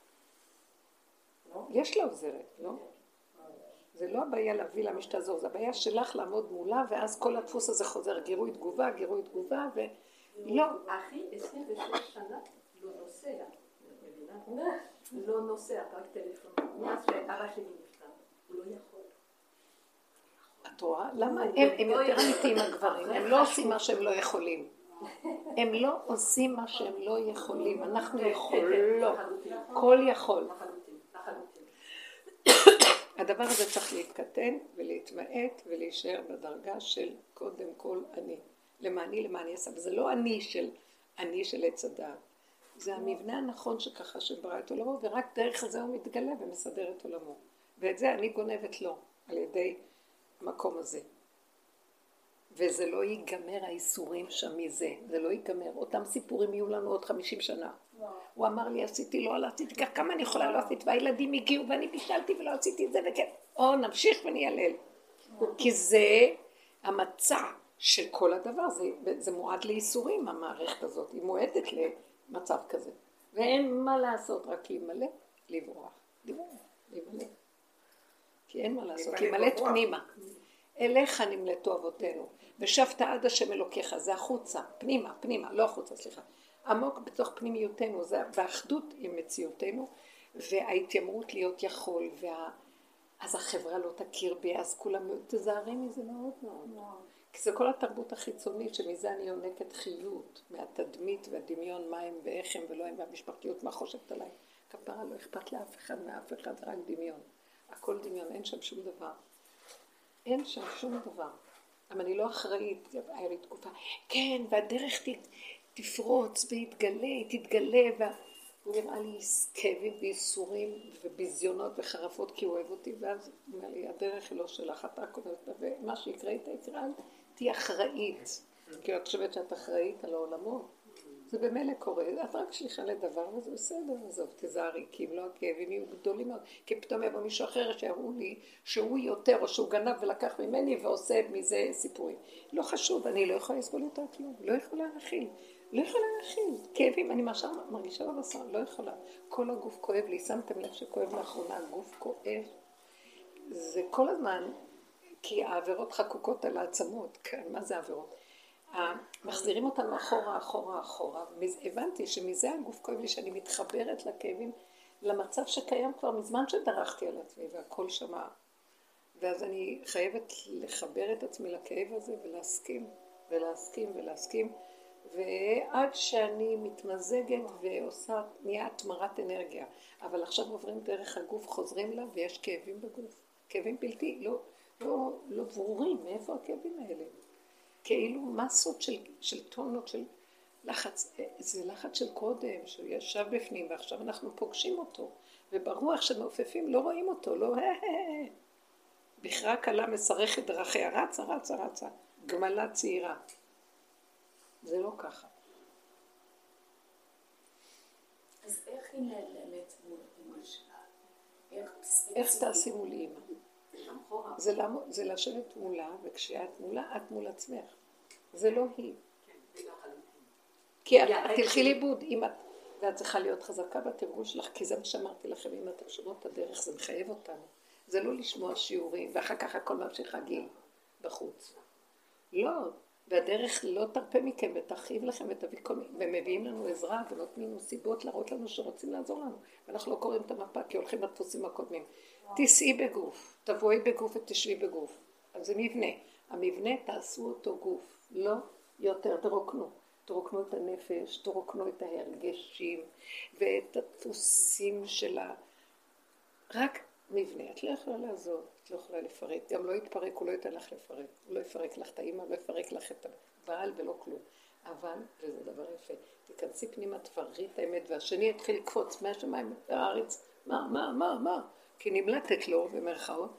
[SPEAKER 1] יש לה עוזרת, לא? זה לא הבעיה להביא לה מי שתעזור, זה הבעיה שלך לעמוד מולה, ואז כל הדפוס הזה חוזר, גירוי תגובה, גירוי תגובה, ולא.
[SPEAKER 4] אחי, עשרים ושש שנה לא נוסע, מבינה? לא נוסע, רק טלפון. מאז שאבא שלי נפטר, הוא לא יכול.
[SPEAKER 1] את רואה? למה? הם יותר אמיתיים הגברים, הם לא עושים מה שהם לא יכולים. הם לא עושים מה שהם לא יכולים, אנחנו יכולות, כל יכול. הדבר הזה צריך להתקטן ולהתמעט ולהישאר בדרגה של קודם כל אני. למעני, למעני עשה. וזה לא אני של, אני של עץ הדעת. זה המבנה הנכון שככה שברא את עולמו, ורק דרך זה הוא מתגלה ומסדר את עולמו. ואת זה אני גונבת לו, על ידי המקום הזה. וזה לא ייגמר האיסורים שם מזה, זה לא ייגמר. אותם סיפורים יהיו לנו עוד חמישים שנה. הוא אמר לי, עשיתי לא, לא עשיתי כך, כמה אני יכולה לא עשיתי, והילדים הגיעו ואני בישלתי ולא עשיתי את זה וכן. או נמשיך וניילל. כי זה המצע של כל הדבר, זה, זה מועד לאיסורים המערכת הזאת, היא מועדת למצב כזה. ואין מה לעשות, רק להימלא, לברוח. לברוח, להימלא. כי אין מה לעשות, להימלט פנימה. אליך נמלטו אבותינו, ושבת עד השם אלוקיך, זה החוצה, פנימה, פנימה, לא החוצה, סליחה. עמוק בתוך פנימיותנו, זה באחדות עם מציאותנו, וההתיימרות להיות יכול, וה... אז החברה לא תכיר בי, אז כולם תזהרים מזה מאוד מאוד. כי זה כל התרבות החיצונית, שמזה אני יונקת חיות, מהתדמית והדמיון, מה הם ואיך הם ולא הם, והמשפחתיות, מה חושבת עליי. כפרה לא אכפת לאף אחד מאף אחד, רק דמיון. הכל דמיון, אין שם שום דבר. אין שם שום דבר. אבל אני לא אחראית, היה לי תקופה, כן, והדרך תפרוץ ויתגלה, תתגלה, והוא נראה לי כאבים וייסורים וביזיונות וחרפות, כי הוא אוהב אותי, ואז הוא אומר לי, הדרך היא לא שלך, אתה קודמת, ומה שיקרה איתה יקרה, תהיה אחראית. כי את חושבת שאת אחראית על העולמות. זה במילא קורה, את רק שליחה לדבר, וזה בסדר, עזוב, תזהרי, כי אם לא הכאבים יהיו גדולים מאוד, כי פתאום יבוא מישהו אחר שיראו לי שהוא יותר, או שהוא גנב ולקח ממני ועושה מזה סיפורים. לא חשוב, אני לא יכולה לסבול יותר כלום, לא יכולה להכיל, לא יכולה להכיל, כאבים, אני מרגישה, מרגישה בבשר, לא יכולה. כל הגוף כואב לי, שמתם לב שכואב לאחרונה, הגוף כואב, זה כל הזמן, כי העבירות חקוקות על העצמות, כן, מה זה העבירות? מחזירים אותנו אחורה, אחורה, אחורה. הבנתי שמזה הגוף כואב לי שאני מתחברת לכאבים, למצב שקיים כבר מזמן שדרכתי על עצמי והכל שמה. ואז אני חייבת לחבר את עצמי לכאב הזה ולהסכים, ולהסכים, ולהסכים. ועד שאני מתמזגת ועושה, נהיה התמרת אנרגיה. אבל עכשיו עוברים דרך הגוף, חוזרים לה ויש כאבים בגוף. כאבים בלתי, לא, לא, לא ברורים. מאיפה הכאבים האלה? כאילו מסות של, של טונות של לחץ, זה לחץ של קודם, שהוא ישב בפנים, ועכשיו אנחנו פוגשים אותו, וברוח שמעופפים לא רואים אותו, לא, בכרה קלה מסרכת דרכיה, רצה, רצה, רצה, גמלה צעירה. זה לא ככה.
[SPEAKER 5] אז איך היא נעלמת מול אמא שלה?
[SPEAKER 1] איך תעשי מול אמא? זה, לעמוד, זה לשבת מולה, וכשאת מולה, את מול עצמך. זה לא היא. כי את תלכי לאיבוד, ואת צריכה להיות חזקה בתרגול שלך, כי זה מה שאמרתי לכם, אם אתם שומעות את הדרך, זה מחייב אותנו. זה לא לשמוע שיעורים, ואחר כך הכל ממשיך רגיל בחוץ. לא, והדרך לא תרפה מכם ותרחיב לכם ותביא כל מיני, ומביאים לנו עזרה ונותנים לנו סיבות להראות לנו שרוצים לעזור לנו. ואנחנו לא קוראים את המפה כי הולכים לדפוסים הקודמים. תיסעי בגוף, תבואי בגוף ותשבי בגוף. אז זה מבנה. המבנה תעשו אותו גוף, לא יותר תרוקנו. תרוקנו את הנפש, תרוקנו את ההרגשים ואת הדפוסים שלה. רק מבנה. את לא יכולה לעזור, את לא יכולה לפרק. גם לא יתפרק, הוא לא ייתן לך לפרק. הוא לא יפרק לך את האמא, לא יפרק לך את הבעל ולא כלום. אבל, וזה דבר יפה, תיכנסי פנימה, תפרי את האמת, והשני יתחיל לקפוץ מהשמיים והארץ. מה, מה, מה, מה? כי נמלטת לו במרכאות.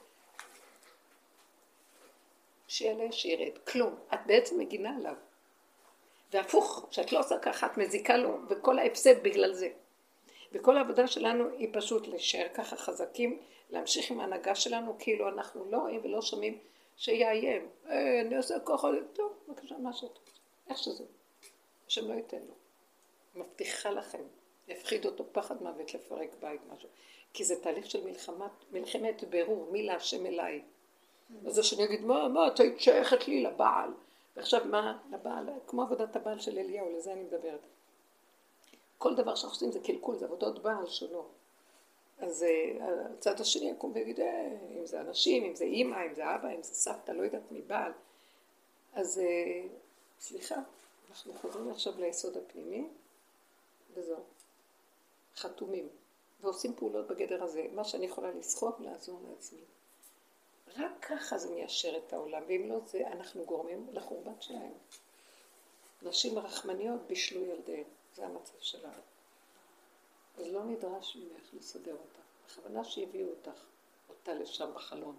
[SPEAKER 1] שיעלה, שירד. כלום. את בעצם מגינה עליו. והפוך, שאת לא עושה ככה, את מזיקה לו, וכל ההפסד בגלל זה. וכל העבודה שלנו היא פשוט להישאר ככה חזקים, להמשיך עם ההנהגה שלנו, כאילו אנחנו לא רואים ולא שומעים שיאיים. אה, אני עושה ככה, טוב, בבקשה, מה שאת רוצה. איך שזה. השם לא ייתן לו. מבטיחה לכם, יפחיד אותו פחד מוות לפרק בית משהו. כי זה תהליך של מלחמה, מלחמת ברור, מי להשם אליי. אז זה שאני אגיד, מה, מה, את היית שייכת לי לבעל. ועכשיו מה, לבעל, כמו עבודת הבעל של אליהו, לזה אני מדברת. כל דבר שאנחנו עושים זה קלקול, זה עבודות בעל שונות. אז הצד השני יקום ויגיד, אה, אם זה אנשים, אם זה אמא, אם זה אבא, אם זה סבתא, לא יודעת מבעל. אז סליחה, אנחנו חוזרים עכשיו ליסוד הפנימי, וזהו, חתומים, ועושים פעולות בגדר הזה, מה שאני יכולה לסחוב, לעזור לעצמי. רק ככה זה מיישר את העולם, ואם לא זה, אנחנו גורמים לחורבן שלהם. נשים רחמניות בישלו ילדיהם, זה המצב שלנו. אז לא נדרש ממך לסדר אותה. בכוונה שהביאו אותך, אותה לשם בחלון.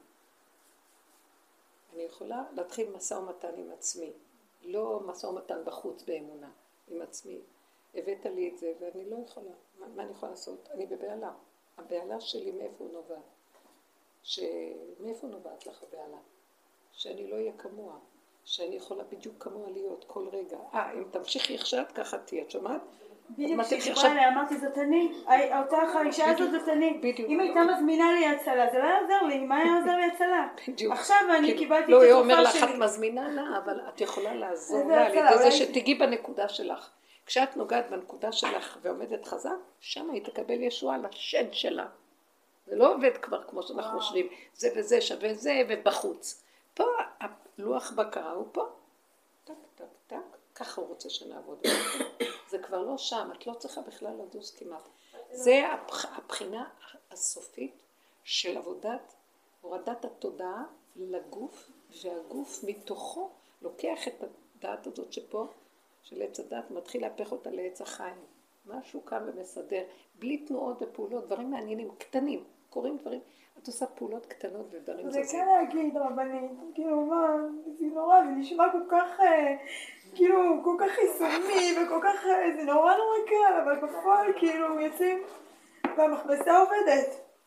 [SPEAKER 1] אני יכולה להתחיל מסע ומתן עם עצמי, לא מסע ומתן בחוץ באמונה, עם עצמי. הבאת לי את זה ואני לא יכולה. מה, מה אני יכולה לעשות? אני בבעלה. הבעלה שלי מאיפה הוא נובע? שמאיפה נובעת לך הבעלה? שאני לא אהיה כמוה. שאני יכולה בדיוק כמוה להיות כל רגע. אה, אם תמשיכי עכשיו, ככה תהיה, את שומעת?
[SPEAKER 2] בדיוק כשבא אליי, אמרתי, זאת אני, אותה האישה הזאת זאת אני. אם הייתה מזמינה לי הצלה, זה לא יעזר לי, מה היה עוזר לי הצלה? עכשיו אני קיבלתי את התרופה שלי.
[SPEAKER 1] לא, היא אומר לך, את מזמינה לה, אבל את יכולה לעזור לה, על ידי זה שתגיעי בנקודה שלך. כשאת נוגעת בנקודה שלך ועומדת חזק, שם היא תקבל ישועה לשד שלה. זה לא עובד כבר כמו שאנחנו חושבים, זה וזה שווה זה ובחוץ. פה הלוח בקרה הוא פה, טק טק טק, ככה הוא רוצה שנעבוד. זה כבר לא שם, את לא צריכה בכלל לדוס כמעט. זה הבחינה הסופית של עבודת, הורדת התודעה לגוף, והגוף מתוכו לוקח את הדעת הזאת שפה, של עץ הדת, מתחיל להפך אותה לעץ החיים. משהו קם ומסדר, בלי תנועות ופעולות, דברים מעניינים, קטנים, קוראים דברים, את עושה פעולות קטנות ודברים זזים.
[SPEAKER 2] זה כן להגיד רבנית, כאילו מה, זה נורא, זה נשמע כל כך, כאילו, כל כך חיסומי וכל כך, זה נורא נורא קל, אבל בפועל כאילו יוצאים והמכבסה עובדת.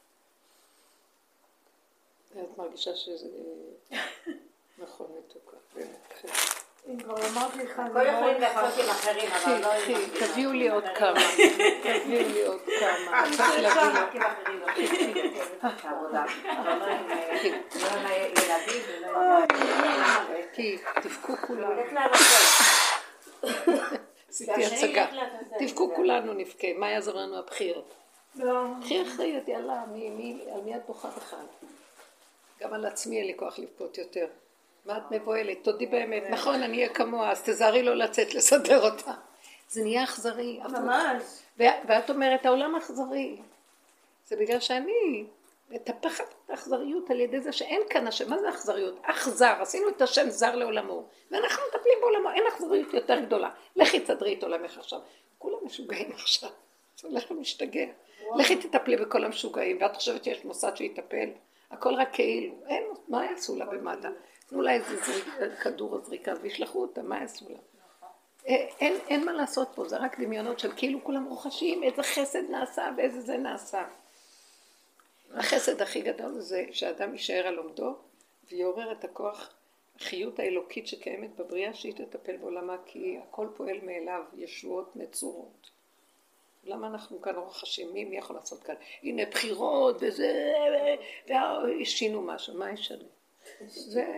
[SPEAKER 1] את מרגישה שזה נכון מתוקה, באמת.
[SPEAKER 2] אם כבר אמרתי לך,
[SPEAKER 5] הכל יכולים לעשות עם אחרים, אבל לא עם אחרים.
[SPEAKER 1] תביאו לי עוד כמה, תביאו לי עוד כמה.
[SPEAKER 5] אני צריך להביא עם אחרים, לא עם העבודה. לא עם ילדים ולא עם...
[SPEAKER 1] כי תבכו כולנו.
[SPEAKER 5] הולך לעבוד.
[SPEAKER 1] עשיתי הצגה. תבכו כולנו נבכה, מה יעזור לנו הבחיר?
[SPEAKER 2] לא.
[SPEAKER 1] קחי אחריות, יאללה, על מי את בוכה בכלל? גם על עצמי אין לי כוח לבכות יותר. מה את מבועלת? תודי באמת. נכון, אני אהיה כמוה, אז תזהרי לא לצאת לסדר אותה. זה נהיה אכזרי.
[SPEAKER 2] ממש.
[SPEAKER 1] ואת אומרת, העולם אכזרי. זה בגלל שאני מטפחת את האכזריות על ידי זה שאין כאן השם. מה זה אכזריות? אכזר. עשינו את השם זר לעולמו. ואנחנו מטפלים בעולמו. אין אכזריות יותר גדולה. לכי תדרי את עולמך עכשיו. כולם משוגעים עכשיו. זה הולך ומשתגע. לכי תטפלי בכל המשוגעים. ואת חושבת שיש מוסד שיטפל. הכל רק כאילו. אין, מה יעשו לה במדע? תנו לה איזה כדור הזריקה וישלחו אותה, מה יעשו לה? אין, אין מה לעשות פה, זה רק דמיונות של כאילו כולם רוחשים, איזה חסד נעשה ואיזה זה נעשה. החסד הכי גדול זה שהאדם יישאר על עומדו ויעורר את הכוח, החיות האלוקית שקיימת בבריאה שהיא תטפל בעולמה, כי הכל פועל מאליו, ישועות נצורות. למה אנחנו כאן רוחשים? מי יכול לעשות כאן? הנה בחירות וזה, ושינו משהו, מה ישנה? זה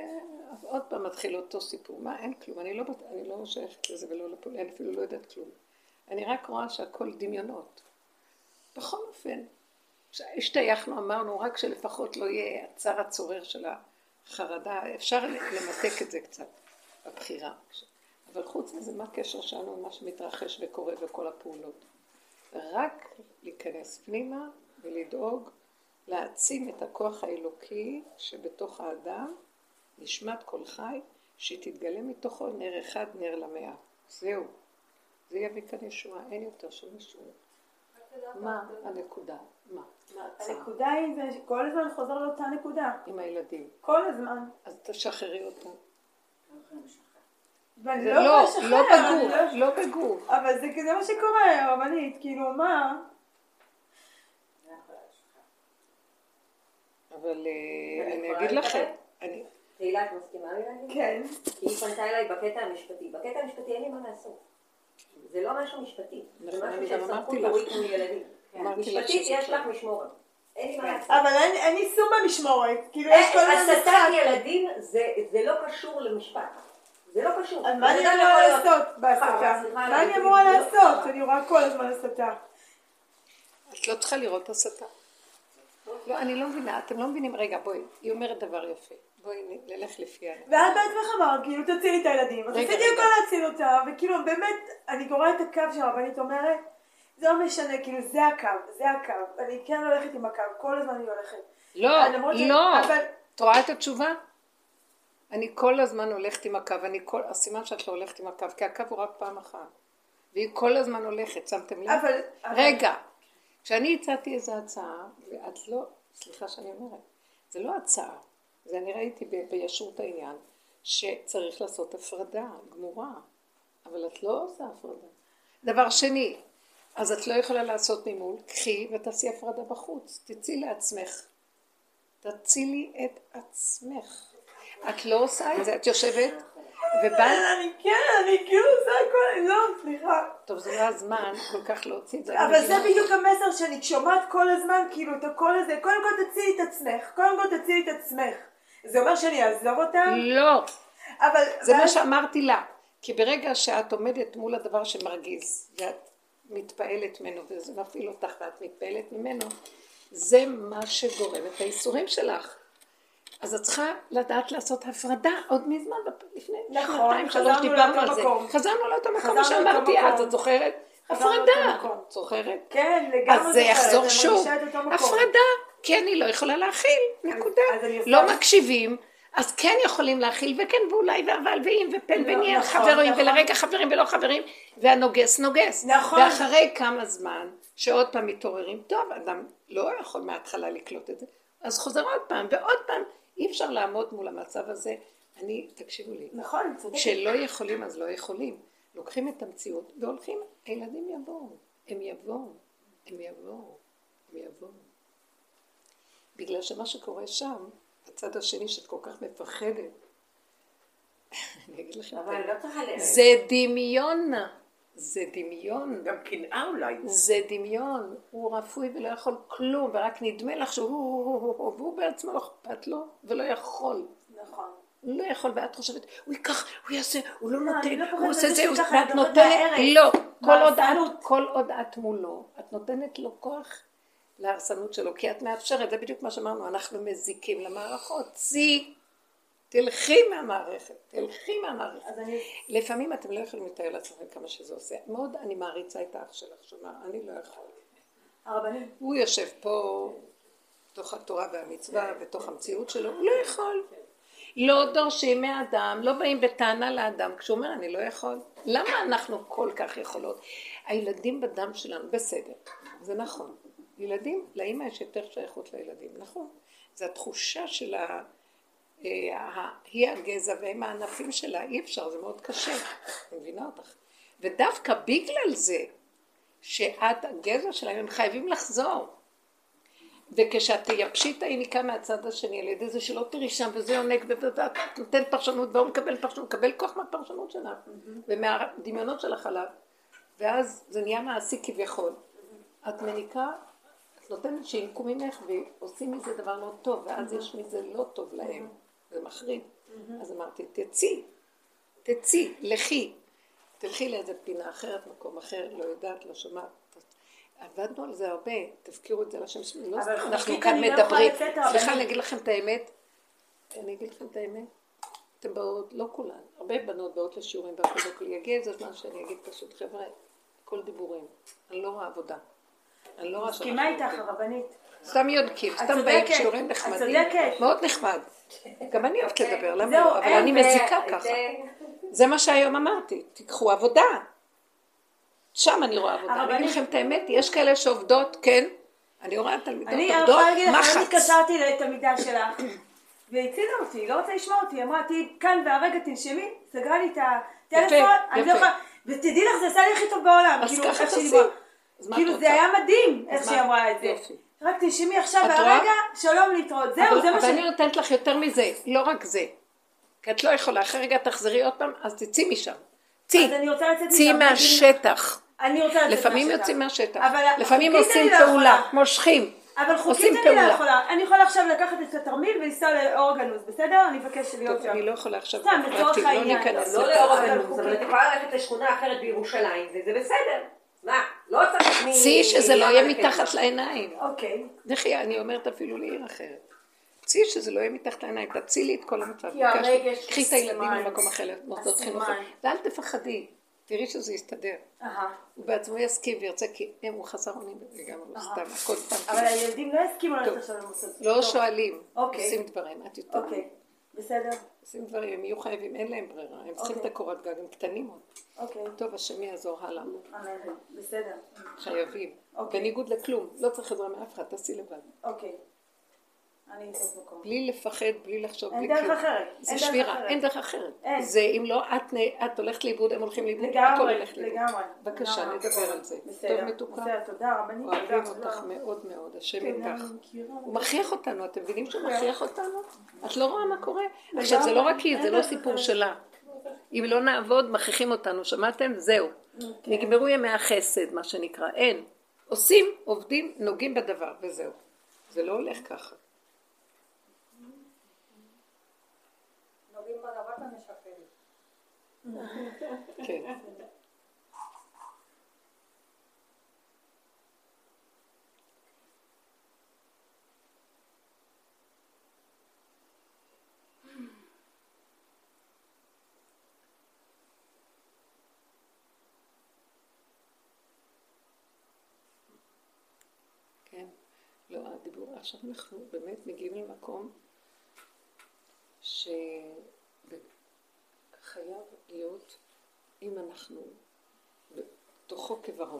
[SPEAKER 1] עוד פעם מתחיל אותו סיפור. מה, אין כלום, אני לא, אני לא שייכת לזה ולא לפעול, אני אפילו לא יודעת כלום. אני רק רואה שהכל דמיונות. בכל אופן, השתייכנו, אמרנו, רק שלפחות לא יהיה הצער הצורר של החרדה, אפשר למתק את זה קצת, בבחירה. אבל חוץ מזה, מה הקשר שלנו עם מה שמתרחש וקורה וכל הפעולות? רק להיכנס פנימה ולדאוג, להעצים את הכוח האלוקי שבתוך האדם, נשמת כל חי, שתתגלה מתוכו נר אחד, נר למאה. זהו. זה יביא כאן ישועה, אין יותר שום ישועה. מה הנקודה? מה?
[SPEAKER 2] הנקודה היא זה שכל הזמן חוזר לאותה נקודה.
[SPEAKER 1] עם הילדים.
[SPEAKER 2] כל הזמן.
[SPEAKER 1] אז תשחררי אותה.
[SPEAKER 2] ואני
[SPEAKER 1] זה
[SPEAKER 2] לא
[SPEAKER 1] לא,
[SPEAKER 2] יכולה לשחרר.
[SPEAKER 1] לא בגוף, לא בגוף.
[SPEAKER 2] אבל זה כזה מה שקורה, רבנית, כאילו מה?
[SPEAKER 1] אבל אני אגיד לכם, אני...
[SPEAKER 6] תהילה, את מסכימה לי להגיד?
[SPEAKER 2] כן.
[SPEAKER 6] כי היא פנתה אליי בקטע המשפטי. בקטע המשפטי אין לי מה לעשות. זה לא משהו משפטי. זה משהו של סמכות הורית מול ילדים. משפטית יש לך משמורת. אין לי מה לעשות.
[SPEAKER 2] אבל אין יישום במשמורת. כאילו יש כל הזמן
[SPEAKER 6] הסתת ילדים זה לא קשור למשפט. זה לא קשור.
[SPEAKER 2] אז מה אני אמורה לעשות בהסתה? מה אני אמורה לעשות? אני רואה כל הזמן הסתה.
[SPEAKER 1] את לא צריכה לראות הסתה. לא, אני לא מבינה, אתם לא מבינים, רגע, בואי, היא אומרת דבר יפה. בואי נלך לפי העניין.
[SPEAKER 2] ואת בעצמך אמרת, כאילו תצילי את הילדים. אז עשיתי הכל להציל אותה, וכאילו באמת, אני קוראה את הקו שלה, ואני אומרת, זה לא משנה, כאילו זה הקו, זה הקו. אני כן הולכת עם הקו, כל הזמן אני הולכת.
[SPEAKER 1] לא, לא. את רואה את התשובה? אני כל הזמן הולכת עם הקו, אני כל, הסימן שאת לא הולכת עם הקו, כי הקו הוא רק פעם אחת. והיא כל הזמן הולכת, שמתם לב?
[SPEAKER 2] אבל...
[SPEAKER 1] רגע, כשאני הצעתי איזו הצעה, ואת לא, סליחה שאני אומרת, זה לא הצעה, זה אני ראיתי בישרות העניין, שצריך לעשות הפרדה, גמורה, אבל את לא עושה הפרדה. דבר שני, אז את לא יכולה לעשות ממול, קחי ותעשי הפרדה בחוץ, תצילי לעצמך, תצילי את עצמך. את לא עושה את זה, את יושבת ובאת...
[SPEAKER 2] אני כן, אני כאילו עושה הכל, לא, סליחה.
[SPEAKER 1] טוב, זה לא הזמן כל כך להוציא את זה.
[SPEAKER 2] אבל זה בדיוק המסר שאני שומעת כל הזמן, כאילו את הכל הזה, קודם כל תצילי את עצמך, קודם כל תצילי את עצמך. זה אומר שאני אעזוב אותם?
[SPEAKER 1] לא.
[SPEAKER 2] אבל...
[SPEAKER 1] זה מה שאמרתי לה, כי ברגע שאת עומדת מול הדבר שמרגיז, ואת מתפעלת ממנו, וזה מפעיל אותך ואת מתפעלת ממנו, זה מה שגורם את האיסורים שלך. אז את צריכה לדעת לעשות הפרדה עוד מזמן, לפני שנתיים, שלוש דיברנו על זה. חזרנו לאותו מקום, מה שאמרתי אז, את זוכרת? הפרדה, את זוכרת?
[SPEAKER 2] כן, לגמרי זוכרת.
[SPEAKER 1] אז זה יחזור שוב. הפרדה, כי אני לא יכולה להכיל, נקודה. לא מקשיבים, אז כן יכולים להכיל, וכן ואולי ואבל ואם ופן ונהיה חברים, ולרגע חברים ולא חברים, והנוגס נוגס. ואחרי כמה זמן, שעוד פעם מתעוררים, טוב, אדם לא יכול מההתחלה לקלוט את זה, אז חוזר עוד פעם, ועוד פעם, אי אפשר לעמוד מול המצב הזה. אני, תקשיבו לי,
[SPEAKER 2] נכון, צודק.
[SPEAKER 1] שלא יכולים, אז לא יכולים. לוקחים את המציאות והולכים, הילדים יבואו, הם יבואו, הם יבואו, הם יבואו. בגלל שמה שקורה שם, הצד השני שאת כל כך מפחדת, אני אגיד לכם, זה דמיון, זה דמיון.
[SPEAKER 3] גם קנאה אולי.
[SPEAKER 1] זה דמיון, הוא רפוי ולא יכול כלום, ורק נדמה לך שהוא, והוא בעצמו לא אכפת לו, ולא יכול.
[SPEAKER 2] נכון.
[SPEAKER 1] הוא לא יכול, ואת חושבת, הוא ייקח, הוא יעשה, הוא לא נותן,
[SPEAKER 2] לא
[SPEAKER 1] הוא עושה זה,
[SPEAKER 2] שככה,
[SPEAKER 1] ואת
[SPEAKER 2] את
[SPEAKER 1] נותנת,
[SPEAKER 2] נותנת
[SPEAKER 1] לא, כל עוד
[SPEAKER 2] בהרסנות.
[SPEAKER 1] את, כל עוד את מולו, את נותנת לו כוח להרסנות שלו, כי את מאפשרת, זה בדיוק מה שאמרנו, אנחנו מזיקים למערכות, צי, תלכי מהמערכת, תלכי מהמערכת.
[SPEAKER 2] אני...
[SPEAKER 1] לפעמים אתם לא יכולים לתאר לעצמכם כמה שזה עושה, מאוד אני מעריצה את האח שלך, שאומר, אני לא יכול.
[SPEAKER 2] הרבנים.
[SPEAKER 1] הוא יושב פה, בתוך התורה והמצווה, בתוך המציאות שלו, הוא לא יכול. לא דורשים מהאדם, לא באים בטענה לאדם, כשהוא אומר אני לא יכול. למה אנחנו כל כך יכולות? הילדים בדם שלנו, בסדר, זה נכון. ילדים, לאמא יש יותר שייכות לילדים, נכון. זה התחושה של ה... היא הגזע והם הענפים שלה, אי אפשר, זה מאוד קשה, אני מבינה אותך. ודווקא בגלל זה, שאת הגזע שלהם, הם חייבים לחזור. וכשאת תייבשי את היניקה מהצד השני, על ידי זה שלא תראי שם, וזה יונק, ואת נותן פרשנות, והוא מקבל פרשנות, מקבל כוח מהפרשנות שלה, ומהדמיונות שלך עליו, ואז זה נהיה מעשי כביכול. את מניקה, את נותנת שינקו ממך, ועושים מזה דבר לא טוב, ואז יש מזה לא טוב להם. זה מחריד. אז אמרתי, תצאי, תצאי, לכי. תלכי לאיזה פינה אחרת, מקום אחר, לא יודעת, לא שומעת. עבדנו על זה הרבה, תזכירו את זה לשם שלי. אנחנו כאן מדברים. סליחה, אני אגיד לכם את האמת. אני אגיד לכם את האמת. אתם באות, לא כולן, הרבה בנות באות לשיעורים והכל, יגיע איזה זמן שאני אגיד פשוט, חבר'ה, כל דיבורים. אני לא רואה עבודה. אני לא רואה שאנחנו...
[SPEAKER 2] מסכימה איתך, הרבנית.
[SPEAKER 1] סתם יודקים, סתם באים שיעורים נחמדים. מאוד נחמד. גם אני אוהבת לדבר, למה לא? אבל אני מזיקה ככה. זה מה שהיום אמרתי, תיקחו עבודה. שם אני רואה עבודה. אני אגיד לכם את האמת, יש כאלה שעובדות, כן, אני רואה תלמידות עובדות, מחץ.
[SPEAKER 2] אני התקשרתי לתלמידה שלך, והיא הצילה אותי, היא לא רוצה לשמוע אותי, אמרה, תהי כאן והרגע תנשמי, סגרה לי את הטלפון, אני לא יכולה, ותדעי לך, זה עשה לי הכי טוב בעולם.
[SPEAKER 1] אז ככה תעשי.
[SPEAKER 2] כאילו זה היה מדהים, איך שהיא אמרה את זה. רק תנשמי עכשיו והרגע, שלום להתראות, זהו, זה מה ש...
[SPEAKER 1] אבל אני נותנת לך יותר מזה, לא רק זה. כי את לא יכולה, אחרי רגע תחזרי עוד פעם, אז תצאי משם. צאי, צאי מהשטח.
[SPEAKER 2] אני רוצה לצאת מהשטח.
[SPEAKER 1] לפעמים יוצאים מהשטח. לפעמים עושים פעולה, מושכים.
[SPEAKER 2] אבל חוקית אני לא יכולה. אני יכולה עכשיו לקחת את התרמיל ולנסוע לאורגנוס, בסדר? אני מבקש להיות שם.
[SPEAKER 1] אני לא יכולה עכשיו.
[SPEAKER 2] סתם, לצורך העניין.
[SPEAKER 6] לא לאורגנוס, אבל את יכולה ללכת לשכונה אחרת בירושלים, וזה בסדר. מה? לא צריך מי...
[SPEAKER 1] צאי שזה לא יהיה מתחת לעיניים.
[SPEAKER 2] אוקיי.
[SPEAKER 1] דחי, אני אומרת אפילו לעיר אחרת. צאי שזה לא יהיה מתחת לעיניים, תצילי את כל המצב.
[SPEAKER 2] כי הרגש
[SPEAKER 1] קחי את הילדים למקום אחר, למוסדות חינוך. ואל תפחדי, תראי שזה יסתדר. הוא בעצמו יסכים וירצה, כי הם הוא חסר אונים וגם לא סתם, הכל פעם.
[SPEAKER 2] אבל הילדים לא יסכימו ללכת עכשיו למוסדות.
[SPEAKER 1] לא שואלים, עושים דברים, את יותר.
[SPEAKER 2] אוקיי, בסדר.
[SPEAKER 1] עושים דברים, הם יהיו חייבים, אין להם ברירה, הם צריכים את הקורת גג, הם קטנים עוד.
[SPEAKER 2] אוקיי.
[SPEAKER 1] טוב, השם יעזור הלאה.
[SPEAKER 2] אמן, בסדר.
[SPEAKER 1] חייבים. בניגוד לכלום, לא צריך עזרה מאף אחד, תעשי לבד.
[SPEAKER 2] אוקיי. אני אצטרך מקום.
[SPEAKER 1] בלי לפחד, בלי לחשוב,
[SPEAKER 2] אין דרך אחרת.
[SPEAKER 1] זה שבירה, אין דרך אחרת. זה אם לא, את הולכת לאיבוד, הם הולכים לאיבוד.
[SPEAKER 2] לגמרי, לגמרי.
[SPEAKER 1] בבקשה, נדבר על זה. טוב מתוקה.
[SPEAKER 2] בסדר, תודה רבנית.
[SPEAKER 1] אוהבים אותך מאוד מאוד, השם איתך. הוא מכריח אותנו, אתם מבינים שהוא מכריח אותנו? את לא רואה מה קורה? עכשיו, זה לא רק היא, זה לא סיפור שלה. אם לא נעבוד, מכריחים אותנו, שמעתם? זהו. נגמרו ימי החסד, מה שנקרא. אין. עושים, עובדים, נוגעים בדבר, וזהו. זה לא הולך ככה.
[SPEAKER 5] נוגעים בדבר ומשפרים.
[SPEAKER 1] כן. כן. לא, הדיבור, עכשיו אנחנו באמת מגיעים למקום שחייב להיות, אם אנחנו בתוכו כברו.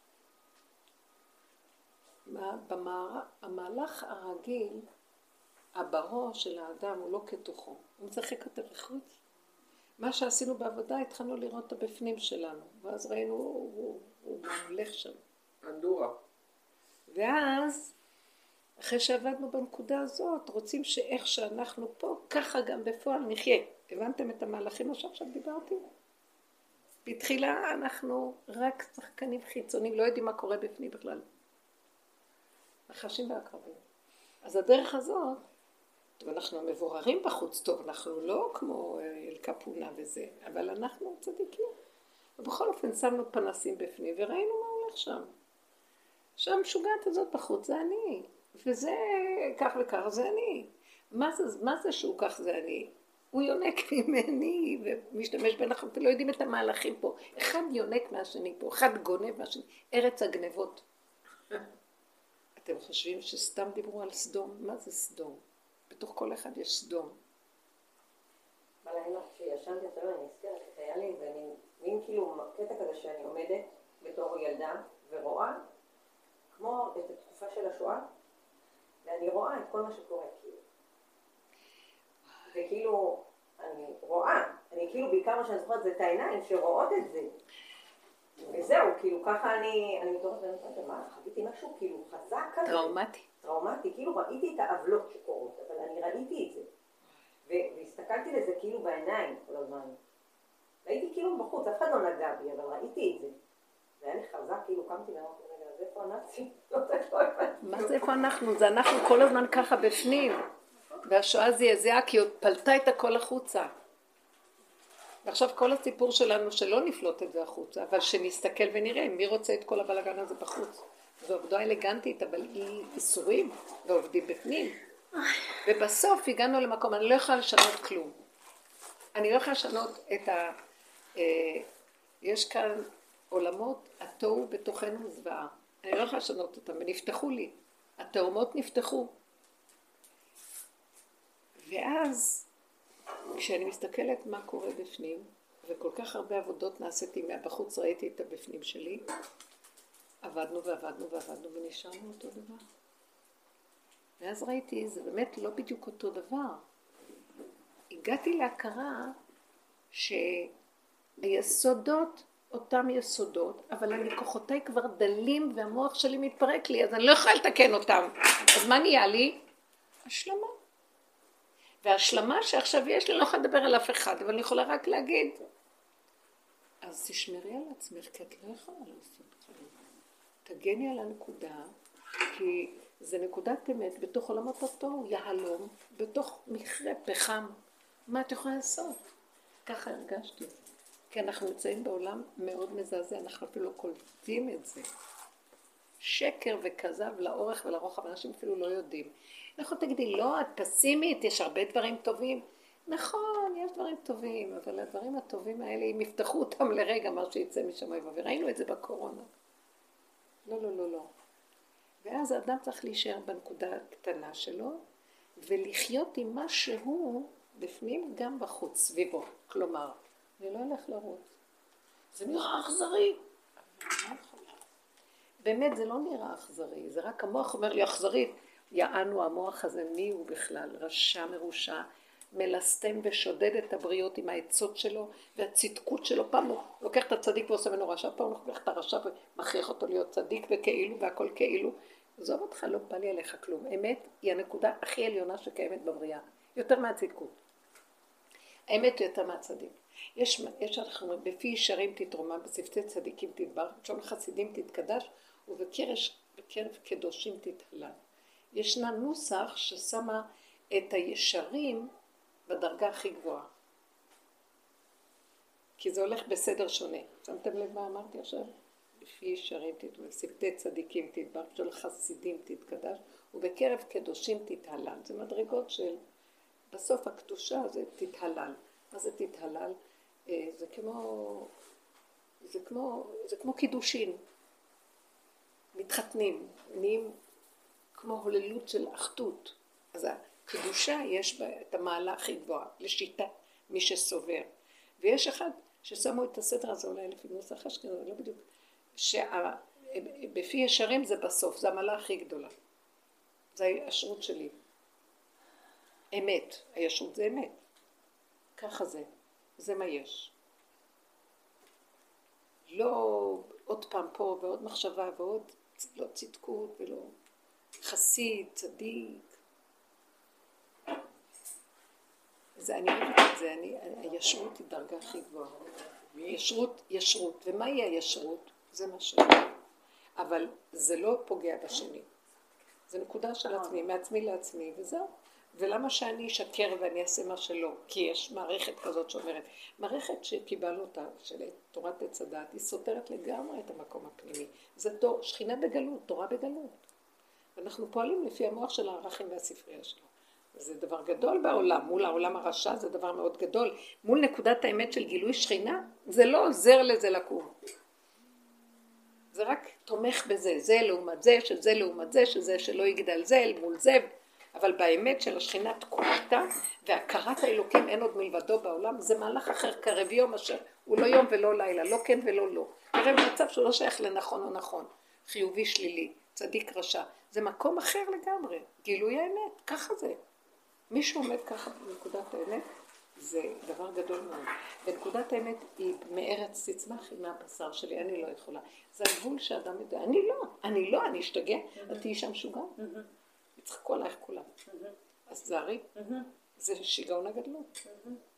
[SPEAKER 1] במהלך הרגיל, הברו של האדם הוא לא כתוכו, הוא משחק יותר לחוץ. מה שעשינו בעבודה, התחלנו לראות את הבפנים שלנו, ואז ראינו, הוא, הוא, הוא הולך שם.
[SPEAKER 3] אנדורה.
[SPEAKER 1] ואז, אחרי שעבדנו בנקודה הזאת, רוצים שאיך שאנחנו פה, ככה גם בפועל נחיה. הבנתם את המהלכים שעכשיו דיברתי? בתחילה אנחנו רק שחקנים חיצוניים, לא יודעים מה קורה בפנים בכלל. נחשים והקרבים. אז הדרך הזאת, טוב, אנחנו מבוררים בחוץ, טוב, אנחנו לא כמו אל קפונה וזה, אבל אנחנו צדיקים. ובכל אופן שמנו פנסים בפנים וראינו מה הולך שם. שהמשוגעת הזאת בחוץ זה אני, וזה כך וכך זה אני. מה זה, מה זה שהוא כך זה אני? הוא יונק ממני ומשתמש בין אנחנו, אתם לא יודעים את המהלכים פה. אחד יונק מהשני פה, אחד גונב מהשני, ארץ הגנבות. אתם חושבים שסתם דיברו על סדום? מה זה סדום? בתוך כל אחד יש סדום.
[SPEAKER 6] בלילה כשישנתי אותו, אני נזכרת, היה לי איזה מין כאילו קטע כזה שאני עומדת בתור ילדה ורואה כמו את התקופה של השואה, ואני רואה את כל מה שקורה, כאילו. וכאילו, אני רואה, אני כאילו בעיקר מה שאני זוכרת זה את העיניים שרואות את זה. וזהו, כאילו ככה אני, אני מתורת ואני מתורת, מה, חוויתי משהו כאילו חזק כזה.
[SPEAKER 1] טראומטי.
[SPEAKER 6] טראומטי, כאילו ראיתי את העוולות שקורות, אבל אני ראיתי את זה. והסתכלתי לזה כאילו בעיניים כל הזמן. ראיתי כאילו בחוץ, אף אחד לא נגע בי, אבל ראיתי את זה. זה היה לי חזק, כאילו קמתי ואמרתי, רגע, אז איפה אנחנו?
[SPEAKER 1] מה זה איפה אנחנו? זה אנחנו כל הזמן ככה בפנים. והשואה זעזעה כי עוד פלטה את הכל החוצה. ועכשיו כל הסיפור שלנו שלא נפלוט את זה החוצה, אבל שנסתכל ונראה מי רוצה את כל הבלגן הזה בחוץ. זו עבודה אלגנטית, אבל היא איסורים ועובדים בפנים. ובסוף הגענו למקום, אני לא יכולה לשנות כלום. אני לא יכולה לשנות את ה... יש כאן עולמות, התוהו בתוכנו זוועה. אני לא יכולה לשנות אותם, ונפתחו לי. התאומות נפתחו. ואז, כשאני מסתכלת מה קורה בפנים, וכל כך הרבה עבודות נעשיתי מהבחוץ, ראיתי את הבפנים שלי, עבדנו ועבדנו ועבדנו ונשארנו אותו דבר. ואז ראיתי, זה באמת לא בדיוק אותו דבר. הגעתי להכרה שהיסודות, אותם יסודות, אבל אני כוחותיי כבר דלים והמוח שלי מתפרק לי, אז אני לא יכולה לתקן אותם. אז מה נהיה לי? השלמה. והשלמה שעכשיו יש לי, לא יכולה לדבר על אף אחד, אבל אני יכולה רק להגיד, אז תשמרי על עצמך, כי את לא יכולה לעשות כלום. תגני על הנקודה, כי זה נקודת אמת בתוך עולמות התוהו, יהלום, בתוך מכרה פחם. מה את יכולה לעשות? ככה הרגשתי. כי אנחנו נמצאים בעולם מאוד מזעזע, אנחנו אפילו לא קולטים את זה. שקר וכזב לאורך ולרוחב, אנשים אפילו לא יודעים. נכון, תגידי, לא, את פסימית, יש הרבה דברים טובים. נכון, יש דברים טובים, אבל הדברים הטובים האלה, אם יפתחו אותם לרגע, מה שיצא משם, וראינו את זה בקורונה. לא, לא, לא, לא. ואז האדם צריך להישאר בנקודה הקטנה שלו, ולחיות עם מה שהוא בפנים גם בחוץ, סביבו. כלומר, אני לא הולך לרוץ. זה נראה אכזרי. באמת זה לא נראה אכזרי, זה רק המוח אומר לי אכזרית. יענו המוח הזה, מי הוא בכלל? רשע מרושע, מלסתם ושודד את הבריות עם העצות שלו, והצדקות שלו. פעם הוא לוקח את הצדיק ועושה ממנו רשע, פעם הוא לוקח את הרשע ומכריח אותו להיות צדיק וכאילו, והכל כאילו. עזוב אותך, לא בא לי עליך כלום. אמת היא הנקודה הכי עליונה שקיימת בבריאה, יותר מהצדקות. האמת היא יותר מהצדיק. יש, יש אנחנו אומרים, בפי ישרים תתרומה, בשפתי צדיקים תדבר, בשום חסידים תתקדש, ובקרב קדושים תתהלל. ישנה נוסח ששמה את הישרים בדרגה הכי גבוהה. כי זה הולך בסדר שונה. שמתם לב מה אמרתי עכשיו? בפי ישרים תתרומה, בשפתי צדיקים תדבר, בשום חסידים תתקדש, ובקרב קדושים תתהלל. זה מדרגות של, בסוף הקדושה זה תתהלל. מה זה תתהלל? זה כמו, זה כמו, זה כמו קידושין. מתחתנים, נהיים כמו הוללות של אחדות. אז הקדושה יש בה את המעלה הכי גבוהה, לשיטה מי שסובר. ויש אחד ששמו את הסדר הזה, אולי לפי נוסח אשכנזי, לא בדיוק, שבפי ישרים זה בסוף, זה המעלה הכי גדולה. זה הישרות שלי. אמת, הישרות זה אמת. ככה זה, זה מה יש. לא עוד פעם פה ועוד מחשבה ועוד לא צדקות ולא חסיד, צדיק. זה, אני אוהבת את זה, אני, הישרות היא דרגה הכי גבוהה. ישרות, ישרות. ומה היא הישרות? זה מה שאני. אבל זה לא פוגע בשני. זה נקודה של עצמי, מעצמי לעצמי, וזהו. ולמה שאני אשקר ואני אעשה מה שלא? כי יש מערכת כזאת שאומרת, מערכת שקיבלנו אותה, של תורת עץ הדעת, היא סותרת לגמרי את המקום הפנימי. זה תור, שכינה בגלות, תורה בגלות. ואנחנו פועלים לפי המוח של הערכים והספרייה שלו. זה דבר גדול בעולם, מול העולם הרשע זה דבר מאוד גדול. מול נקודת האמת של גילוי שכינה, זה לא עוזר לזה לקום. זה רק תומך בזה, זה לעומת זה, שזה לעומת זה, שזה שלא יגדל זה, אל מול זה. אבל באמת של השכינה תקומתה, והכרת האלוקים אין עוד מלבדו בעולם, זה מהלך אחר קרב יום אשר הוא לא יום ולא לילה, לא כן ולא לא. קרב מצב שהוא לא שייך לנכון או נכון, חיובי שלילי, צדיק רשע. זה מקום אחר לגמרי, גילוי האמת, ככה זה. מי שעומד ככה בנקודת האמת, זה דבר גדול מאוד. ונקודת האמת היא מארץ תצמח עם הבשר שלי, אני לא יכולה. זה הגבול שאדם יודע, אני לא, אני לא, אני אשתגע, את תהיי שם משוגע. יצחקו עלייך כולם. אז זהרי, זה שיגעון הגדלות.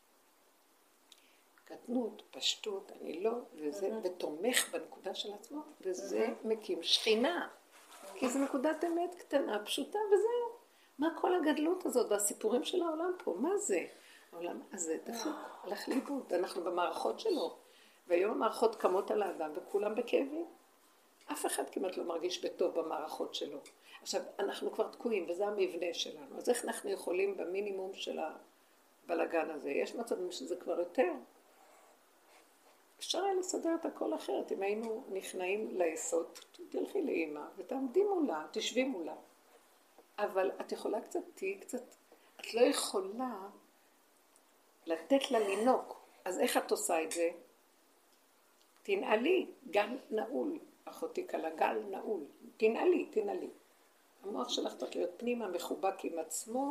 [SPEAKER 1] קטנות, פשטות, אני לא, וזה, ותומך בנקודה של עצמו, וזה מקים שכינה. כי זו נקודת אמת קטנה, פשוטה, וזהו. מה כל הגדלות הזאת והסיפורים של העולם פה? מה זה? העולם הזה דפוק, הלך לאיבוד, אנחנו במערכות שלו. והיום המערכות קמות על האדם וכולם בכאבים. אף אחד כמעט לא מרגיש בטוב במערכות שלו. עכשיו, אנחנו כבר תקועים וזה המבנה שלנו. אז איך אנחנו יכולים במינימום של הבלגן הזה? יש מצבים שזה כבר יותר. אפשר היה לסדר את הכל אחרת. אם היינו נכנעים ליסוד, תלכי לאמא ותעמדי מולה, תשבי מולה. אבל את יכולה קצת, תהי קצת, את לא יכולה לתת לה לינוק. אז איך את עושה את זה? תנעלי, גל נעול. אחותי קלה, גל נעול. תנעלי, תנעלי. המוח שלך צריך להיות פנימה, מחובק עם עצמו,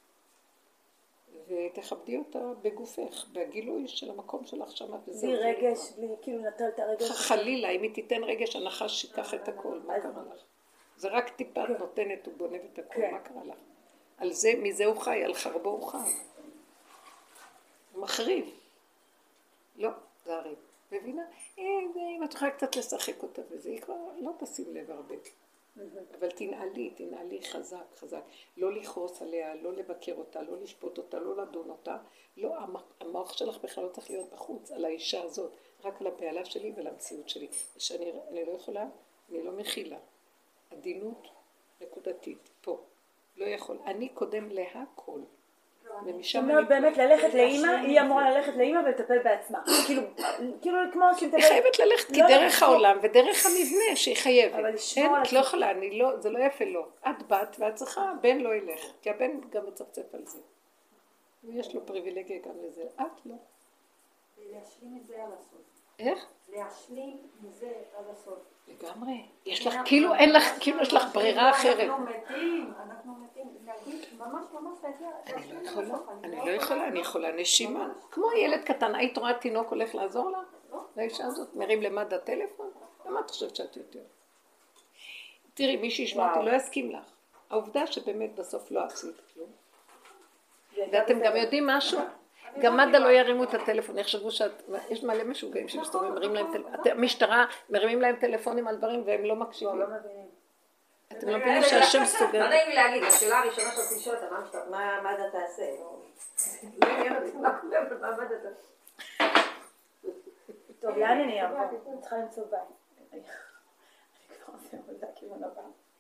[SPEAKER 1] ותכבדי אותה בגופך, בגילוי של המקום שלך שם.
[SPEAKER 7] בלי רגש, בלי כאילו נטל את הרגש.
[SPEAKER 1] חלילה, אם היא תיתן רגש, הנחש שיקח את הכל, מה קרה לך? זה רק טיפה נותנת, הוא בונה את הכל, מה קרה לך? על זה, מזה הוא חי, על חרבו הוא חי. הוא מחריב. לא, זה הריב. מבינה? אם את יכולה קצת לשחק אותה וזה, היא כבר לא תשים לב הרבה. אבל תנעלי, תנעלי חזק, חזק. לא לכעוס עליה, לא לבקר אותה, לא לשפוט אותה, לא לדון אותה. לא, המוח שלך בכלל לא צריך להיות בחוץ, על האישה הזאת, רק על הפעלה שלי ועל המציאות שלי. שאני אני לא יכולה, אני לא מכילה. עדינות נקודתית, פה. לא יכול. אני קודם להכל.
[SPEAKER 7] זאת אומרת באמת ללכת לאמא, היא אמורה ללכת לאמא ולטפל בעצמה. כאילו, כאילו כמו שהיא
[SPEAKER 1] היא חייבת ללכת, כי דרך העולם ודרך המבנה שהיא חייבת. אין, את לא יכולה, זה לא יפה לו. את בת ואת צריכה, הבן לא ילך. כי הבן גם מצפצף על זה. יש לו פריבילגיה גם לזה. את לא.
[SPEAKER 6] להשלים את זה עד הסוף.
[SPEAKER 1] איך?
[SPEAKER 6] להשלים מזה עד הסוף.
[SPEAKER 1] לגמרי. יש לך, כאילו אין לך, כאילו יש לך ברירה אחרת.
[SPEAKER 6] אנחנו מתים, אנחנו מתים. להגיד ממש ממש להגיע.
[SPEAKER 1] אני לא יכולה, אני לא יכולה, אני יכולה נשימה. כמו ילד קטן, היית רואה תינוק הולך לעזור לה? לאישה הזאת, מרים למד"א טלפון? למה את חושבת שאת יותר? תראי, מי שישמע אותי לא יסכים לך. העובדה שבאמת בסוף לא עשית כלום. ואתם גם יודעים משהו? גם מד"א לא ירימו את הטלפון, יחשבו שאת, יש מלא משוגעים שמסתובבים, מרימים להם טלפון, המשטרה מרימים להם טלפונים על דברים והם לא מקשיבים. אתם לא מבינים שהשם סוגר.
[SPEAKER 6] לא נעים לי להגיד, השאלה הראשונה שאתה תשאול אותה, מה זה תעשה? לא עניין אותי מה קורה, אבל מה זה תעשה?
[SPEAKER 7] טוב, לאן אני אעבור? אני צריכה למצוא בית. אני כבר עושה עבודה כיוון הבא.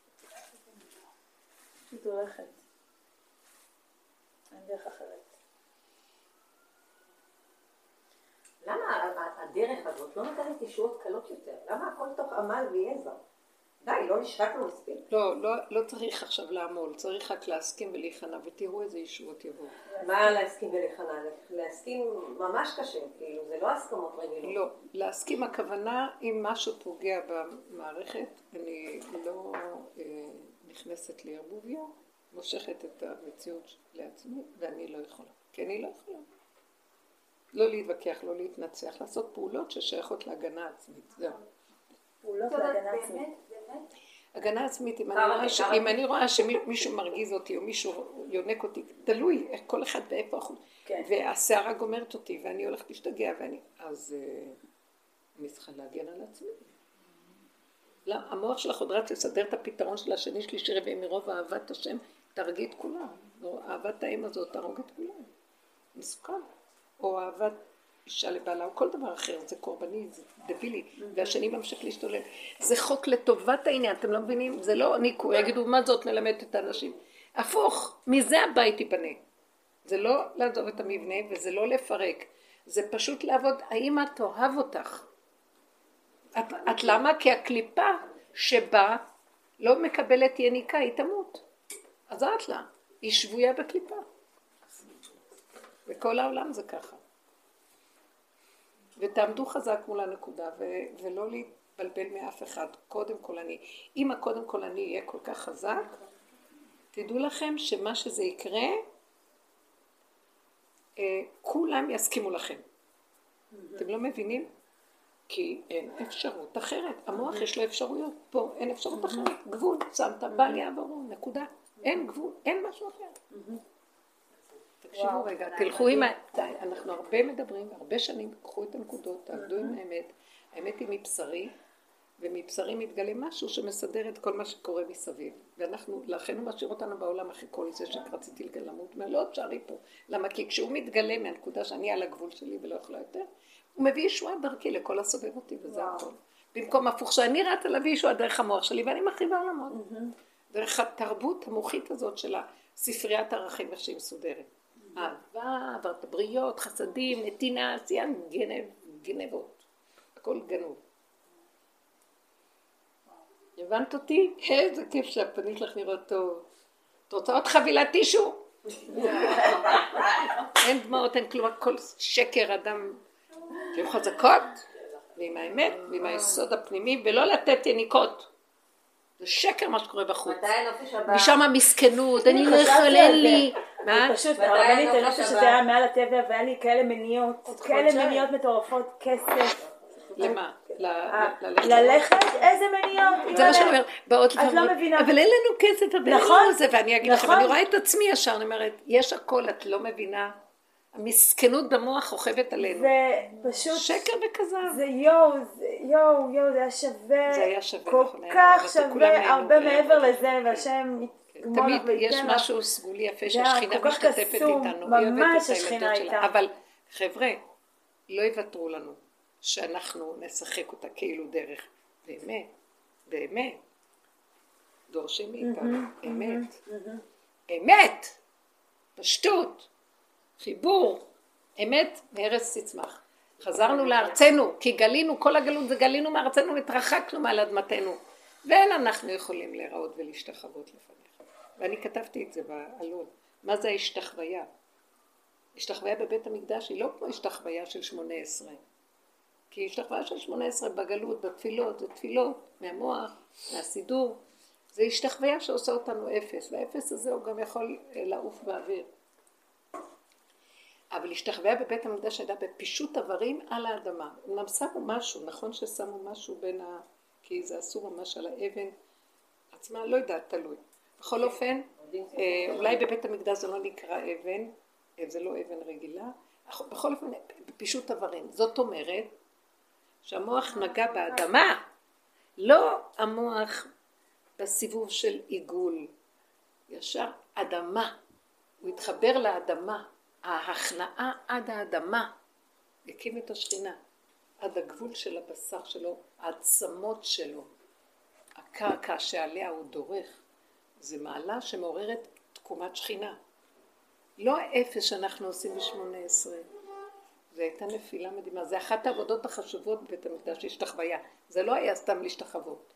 [SPEAKER 7] פשוט הולכת. אין דרך אחרת.
[SPEAKER 6] למה הדרך הזאת לא נותנת ישועות קלות יותר? למה הכל תוך עמל ויזע? די, לא נשחקנו מספיק.
[SPEAKER 1] לא, לא, לא צריך עכשיו לעמול, צריך רק להסכים ולהיכנע, ותראו איזה ישועות יבואו.
[SPEAKER 6] מה להסכים ולהיכנע? להסכים ממש קשה, כאילו, זה לא הסכמות רגילות.
[SPEAKER 1] לא, להסכים הכוונה, אם משהו פוגע במערכת, אני לא אה, נכנסת לערבוביה, מושכת את המציאות לעצמי, ואני לא יכולה. כי אני לא יכולה. לא להתווכח, לא להתנצח, לעשות פעולות ששייכות להגנה עצמית, זהו.
[SPEAKER 7] פעולות להגנה עצמית.
[SPEAKER 1] הגנה עצמית, אם אני רואה, ש... אם אני רואה שמישהו מרגיז אותי או מישהו יונק אותי, תלוי כל אחד באיפה החוץ, כן. והשערה גומרת אותי ואני הולכת להשתגע, ואני... אז uh, אני צריכה להגן על עצמי. לא, המוח שלך עוד רץ לסדר את הפתרון של השני שלישי רביעי מרוב אהבת השם, תרגיע את כולם. אהבת האם הזאת תרוג את כולם. מסוכן. או אהבת אישה לבעלה, או כל דבר אחר, זה קורבני, זה דבילי, והשני ממשיך להשתולל. זה חוק לטובת העניין, אתם לא מבינים? זה לא ניקו, יגידו מה זאת מלמדת את האנשים. הפוך, מזה הבית ייבנה. זה לא לעזוב את המבנה, וזה לא לפרק. זה פשוט לעבוד, האמא תאהב אותך. את, את למה? כי הקליפה שבה לא מקבלת יניקה, היא תמות. אז את לה, היא שבויה בקליפה. וכל העולם זה ככה. ותעמדו חזק מול הנקודה, ו- ולא להתבלבל מאף אחד. קודם כל אני. אם הקודם כל אני יהיה כל כך חזק, תדעו לכם שמה שזה יקרה, אה, כולם יסכימו לכם. אתם לא מבינים? כי אין אפשרות אחרת. המוח יש לו אפשרויות. פה אין אפשרות אחרת. גבול, שמת, בל יעברו, נקודה. אין גבול, אין משהו אחר. תקשיבו רגע, תלכו עם ה... אנחנו הרבה מדברים, הרבה שנים, קחו את הנקודות, תעבדו עם האמת. האמת היא מבשרי, ומבשרים מתגלה משהו שמסדר את כל מה שקורה מסביב. ואנחנו, לכן הוא משאיר אותנו בעולם אחרי כל זה שרציתי למות, לא תשארי פה. למה? כי כשהוא מתגלה מהנקודה שאני על הגבול שלי ולא יכולה יותר, הוא מביא ישועה דרכי לכל הסובב אותי, וזה הכל. במקום הפוך שאני ראתה להביא ישועה דרך המוח שלי, ואני מרחיבה עולמות. דרך התרבות המוחית הזאת של ספריית הערכים שהיא מסודרת. אהבה, עברת בריות, חסדים, נתינה, עשייה, גנב, גנבות. הכל גנוב. הבנת אותי? איזה כיף שהפנים שלך נראות טוב. את רוצה עוד חבילת טישו? אין דמעות, אין כלום, הכל שקר, אדם תהיו חזקות, ועם האמת, ועם היסוד הפנימי, ולא לתת יניקות. זה שקר מה שקורה בחוץ.
[SPEAKER 6] מתי הנופש הבא?
[SPEAKER 1] משם המסכנות, אני לא יכול, אין לי. מה?
[SPEAKER 7] פשוט, הרבנית, אני חושבת שזה היה מעל הטבע, והיה לי כאלה מניות, כאלה מניות מטורפות, כסף.
[SPEAKER 1] למה?
[SPEAKER 7] ללכת? איזה מניות?
[SPEAKER 1] זה מה שאני אומרת, באות
[SPEAKER 7] את לא מבינה.
[SPEAKER 1] אבל אין לנו כסף, אבל אין לנו זה, ואני אגיד לכם,
[SPEAKER 7] נכון.
[SPEAKER 1] אני רואה את עצמי ישר, אני אומרת, יש הכל, את לא מבינה, המסכנות במוח רוכבת עלינו.
[SPEAKER 7] זה פשוט...
[SPEAKER 1] שקר וכזב.
[SPEAKER 7] זה יואו, זה יואו, יואו, זה היה שווה,
[SPEAKER 1] זה היה שווה,
[SPEAKER 7] כל
[SPEAKER 1] נכון, היה
[SPEAKER 7] כך
[SPEAKER 1] אבל
[SPEAKER 7] שווה,
[SPEAKER 1] כולם
[SPEAKER 7] הרבה
[SPEAKER 1] נהנו,
[SPEAKER 7] מעבר לזה, והשם יגמול
[SPEAKER 1] תמיד
[SPEAKER 7] לך
[SPEAKER 1] יש
[SPEAKER 7] וייתן לך.
[SPEAKER 1] משהו סגולי יפה
[SPEAKER 7] זה
[SPEAKER 1] שהשכינה
[SPEAKER 7] כל כך
[SPEAKER 1] משתתפת
[SPEAKER 7] קסום,
[SPEAKER 1] איתנו, היא
[SPEAKER 7] ממש
[SPEAKER 1] אוהבת את
[SPEAKER 7] השכינה
[SPEAKER 1] הילדות שלה,
[SPEAKER 7] איתה.
[SPEAKER 1] אבל חבר'ה, לא יוותרו לנו שאנחנו נשחק אותה כאילו דרך, באמת, באמת, דורשים מאיתנו, אמת, אמת, פשטות, חיבור, אמת מהרס תצמח. חזרנו לארצנו, כי גלינו, כל הגלות זה גלינו מארצנו, התרחקנו מעל אדמתנו, ואין אנחנו יכולים להיראות ולהשתחוות לפניך. ואני כתבתי את זה בעלון, מה זה ההשתחוויה? השתחוויה בבית המקדש היא לא כמו השתחוויה של שמונה עשרה, כי השתחוויה של שמונה עשרה בגלות, בתפילות, זה תפילות מהמוח, מהסידור, זה השתחוויה שעושה אותנו אפס, והאפס הזה הוא גם יכול לעוף באוויר. אבל השתחוויה בבית המקדש הייתה בפישוט איברים על האדמה. אמנם שמו משהו, נכון ששמו משהו בין ה... כי זה אסור ממש על האבן עצמה, לא יודעת, תלוי. בכל אופן, אולי בבית המקדש זה לא נקרא אבן, זה לא אבן רגילה, בכל אופן, בפישוט איברים. זאת אומרת, שהמוח נגע באדמה, לא המוח בסיבוב של עיגול, ישר אדמה, הוא התחבר לאדמה, ההכנעה עד האדמה, הקים את השכינה, עד הגבול של הבשר שלו, העצמות שלו, הקרקע שעליה הוא דורך, זה מעלה שמעוררת תקומת שכינה. לא האפס שאנחנו עושים ב-שמונה עשרה, זה הייתה נפילה מדהימה, זה אחת העבודות החשובות בבית המקדש, השתחוויה, זה לא היה סתם להשתחוות,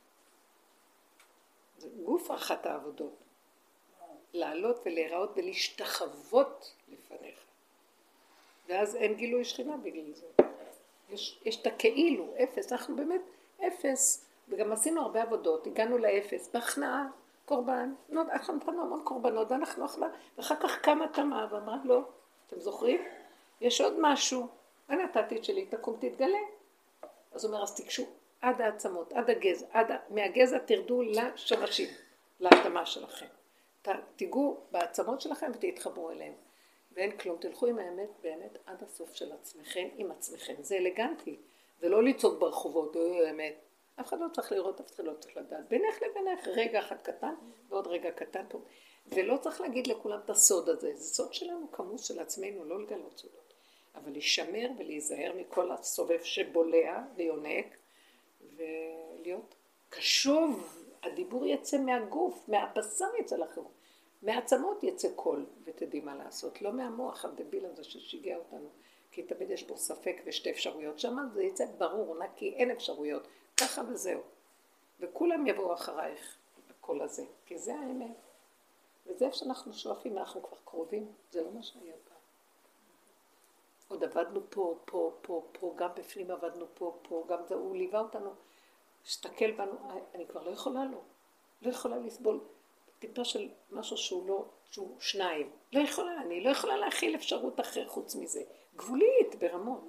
[SPEAKER 1] זה גוף אחת העבודות. לעלות ולהיראות ולהשתחוות לפניך. ואז אין גילוי שכינה בגלל זה. יש, יש את הכאילו, אפס, אנחנו באמת אפס, וגם עשינו הרבה עבודות, הגענו לאפס, בהכנעה, קורבן, אנחנו נתנו המון קורבנות, ואנחנו אכלה, ואחר כך קמה תמה, ואמרה, לא, אתם זוכרים? יש עוד משהו, אני נתתי את שלי, תקום תתגלה. אז הוא אומר, אז תקשו עד העצמות, עד הגזע, עד, מהגזע תרדו לשורשים, להתאמה שלכם. תיגעו בעצמות שלכם ותתחברו אליהם. ואין כלום, תלכו עם האמת באמת עד הסוף של עצמכם, עם עצמכם. זה אלגנטי, זה לא לצעוק ברחובות, האמת. אף אחד לא צריך לראות, אף אחד לא צריך לדעת. בינך לבינך, רגע אחד קטן ועוד רגע קטן פה. ולא צריך להגיד לכולם את הסוד הזה. זה סוד שלנו, כמוס של עצמנו, לא לגלות סודות. אבל להישמר ולהיזהר מכל הסובב שבולע ויונק, ולהיות קשוב. הדיבור יצא מהגוף, מהבשר יצא לכם. מעצמות יצא קול, ותדעי מה לעשות. לא מהמוח הדביל הזה ששיגע אותנו, כי תמיד יש בו ספק ושתי אפשרויות. שמה זה יצא ברור, נקי, אין אפשרויות. ככה וזהו. וכולם יבואו אחרייך, הקול הזה. כי זה האמת. וזה איפה שאנחנו שואפים, אנחנו כבר קרובים. זה לא מה שהיה פעם. עוד עבדנו פה, פה, פה, פה, גם בפנים עבדנו פה, פה, גם זה, הוא ליווה אותנו. שתקל בנו, אני כבר לא יכולה לו. לא יכולה לסבול טיפה של משהו שהוא לא, שהוא שניים. לא יכולה, אני לא יכולה להכיל אפשרות אחר חוץ מזה. גבולית, ברמות.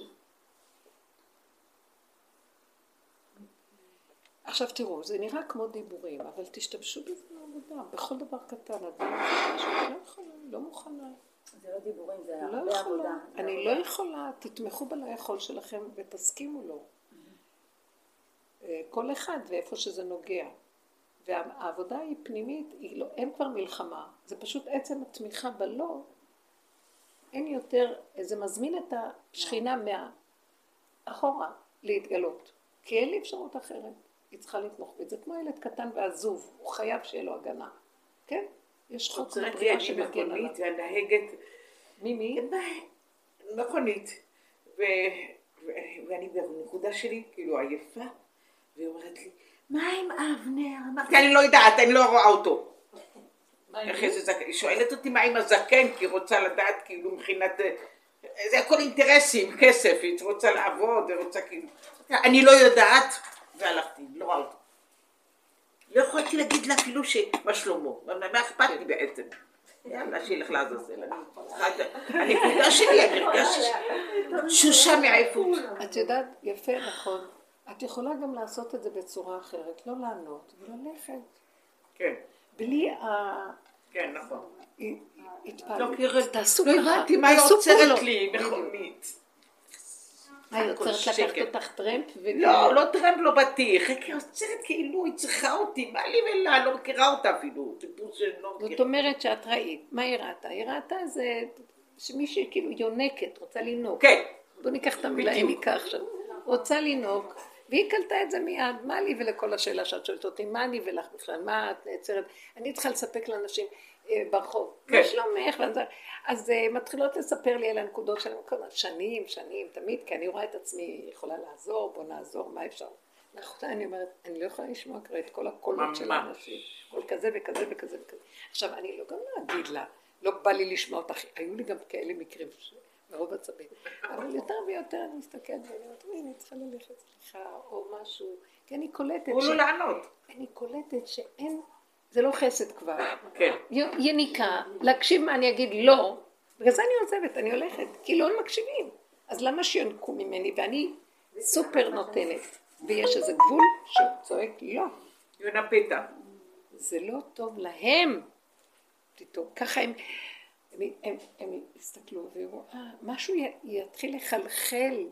[SPEAKER 1] עכשיו תראו, זה נראה כמו דיבורים, אבל תשתמשו בזה לעבודה. בכל דבר קטן, אדם לא יכולה, לא מוכנה.
[SPEAKER 7] זה לא דיבורים, זה
[SPEAKER 1] לא
[SPEAKER 7] הרבה
[SPEAKER 1] יכולה.
[SPEAKER 7] עבודה.
[SPEAKER 1] אני לא יכולה, תתמכו בליכול שלכם ותסכימו לו. כל אחד ואיפה שזה נוגע. והעבודה היא פנימית, היא לא, אין כבר מלחמה. זה פשוט עצם התמיכה בלא, אין יותר, זה מזמין את השכינה מאחורה להתגלות. כי אין לי אפשרות אחרת. היא צריכה לתמוך בזה. כמו ילד קטן ועזוב, הוא חייב שיהיה לו הגנה. כן? יש חוק בבריאה שמגן עליו.
[SPEAKER 3] והנהגת...
[SPEAKER 1] מי מי?
[SPEAKER 3] מכונית. ואני בנקודה שלי, כאילו עייפה, והיא אומרת לי, מה עם אבנר? אמרתי, אני לא יודעת, אני לא רואה אותו. היא שואלת אותי מה עם הזקן, כי היא רוצה לדעת כאילו מבחינת... זה הכל אינטרסים, כסף, היא רוצה לעבוד, היא רוצה כאילו... אני לא יודעת, והלכתי, לא רואה אותו. לא יכולתי להגיד לה אפילו שמה שלמה, מה אכפת לי בעצם? יאללה, שילך לעזאזל. הנקודה שלי, אני הרגשתי שושה מעייפות.
[SPEAKER 1] את יודעת, יפה, נכון. את יכולה גם לעשות את זה בצורה אחרת, לא לענות, וללכת.
[SPEAKER 3] כן.
[SPEAKER 1] בלי ה...
[SPEAKER 3] כן, נכון.
[SPEAKER 1] התפעלות.
[SPEAKER 3] תעשו ככה. לא הבנתי מה היא עוצרת לי מכונית.
[SPEAKER 1] מה היא עוצרת לקחת אותך טרמפ?
[SPEAKER 3] לא, לא טרמפ, לא בטיח. היא עוצרת כאילו, היא צריכה אותי. מה לי ולה? לא מכירה אותה אפילו.
[SPEAKER 1] זאת אומרת שאת ראית. מה היא ראתה? היא ראתה זה שמישהי כאילו יונקת, רוצה לנוק.
[SPEAKER 3] כן.
[SPEAKER 1] בוא ניקח את המילה, אין לי כך עכשיו. רוצה לנוק. והיא קלטה את זה מיד, מה לי ולכל השאלה שאת שואלת אותי, מה אני ולך בכלל, מה את נעצרת, אני צריכה לספק לאנשים אה, ברחוב, כן. מה שלומך, אז אה, מתחילות לספר לי על הנקודות שלהם, שנים, שנים, תמיד, כי אני רואה את עצמי, יכולה לעזור, בוא נעזור, מה אפשר, נכון, אני אומרת, אני לא יכולה לשמוע כבר את כל הקולות של האנשים, כל כזה וכזה וכזה וכזה, עכשיו אני לא גם להגיד לה, לא בא לי לשמוע אותך, היו לי גם כאלה מקרים ש... מרוב עצבים. אבל יותר ויותר אני מסתכלת ואני אומרת, אני צריכה ללכת סליחה או משהו, כי אני קולטת
[SPEAKER 3] הוא לא לענות.
[SPEAKER 1] אני קולטת שאין, זה לא חסד כבר.
[SPEAKER 3] כן.
[SPEAKER 1] יניקה, להקשיב מה אני אגיד לא, בגלל זה אני עוזבת, אני הולכת, כי לא מקשיבים. אז למה שיונקו ממני ואני סופר נותנת, ויש איזה גבול שצועק לא.
[SPEAKER 3] יונפית.
[SPEAKER 1] זה לא טוב להם. פתאום, ככה הם... הם, הם, הם הסתכלו ויראו, אה, משהו י, יתחיל לחלחל.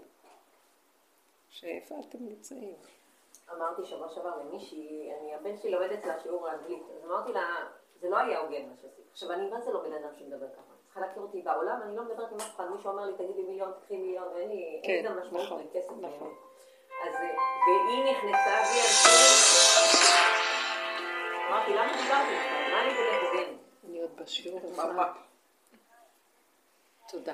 [SPEAKER 1] שאיפה אתם נמצאים?
[SPEAKER 6] אמרתי שבוע שעבר למישהי, אני, הבן שלי לומד אצלה שיעור האנגלית, אז אמרתי לה, זה לא היה הוגן מה שעשיתי. עכשיו, אני מה זה לא בן אדם שמדבר ככה? צריכה להכיר אותי בעולם, אני לא מדברת עם אף אחד, מישהו אומר לי, תגידי מיליון, תקחי מיליון, ואין לי,
[SPEAKER 1] כן,
[SPEAKER 6] אין לי גם משמעות
[SPEAKER 1] נכון,
[SPEAKER 6] לכסף.
[SPEAKER 1] נכון.
[SPEAKER 6] אז, והיא נכנסה בי על זה, אמרתי, למה דיברתי לך? מה אני באמת הוגן?
[SPEAKER 1] אני עוד בשיעור הזה. תודה.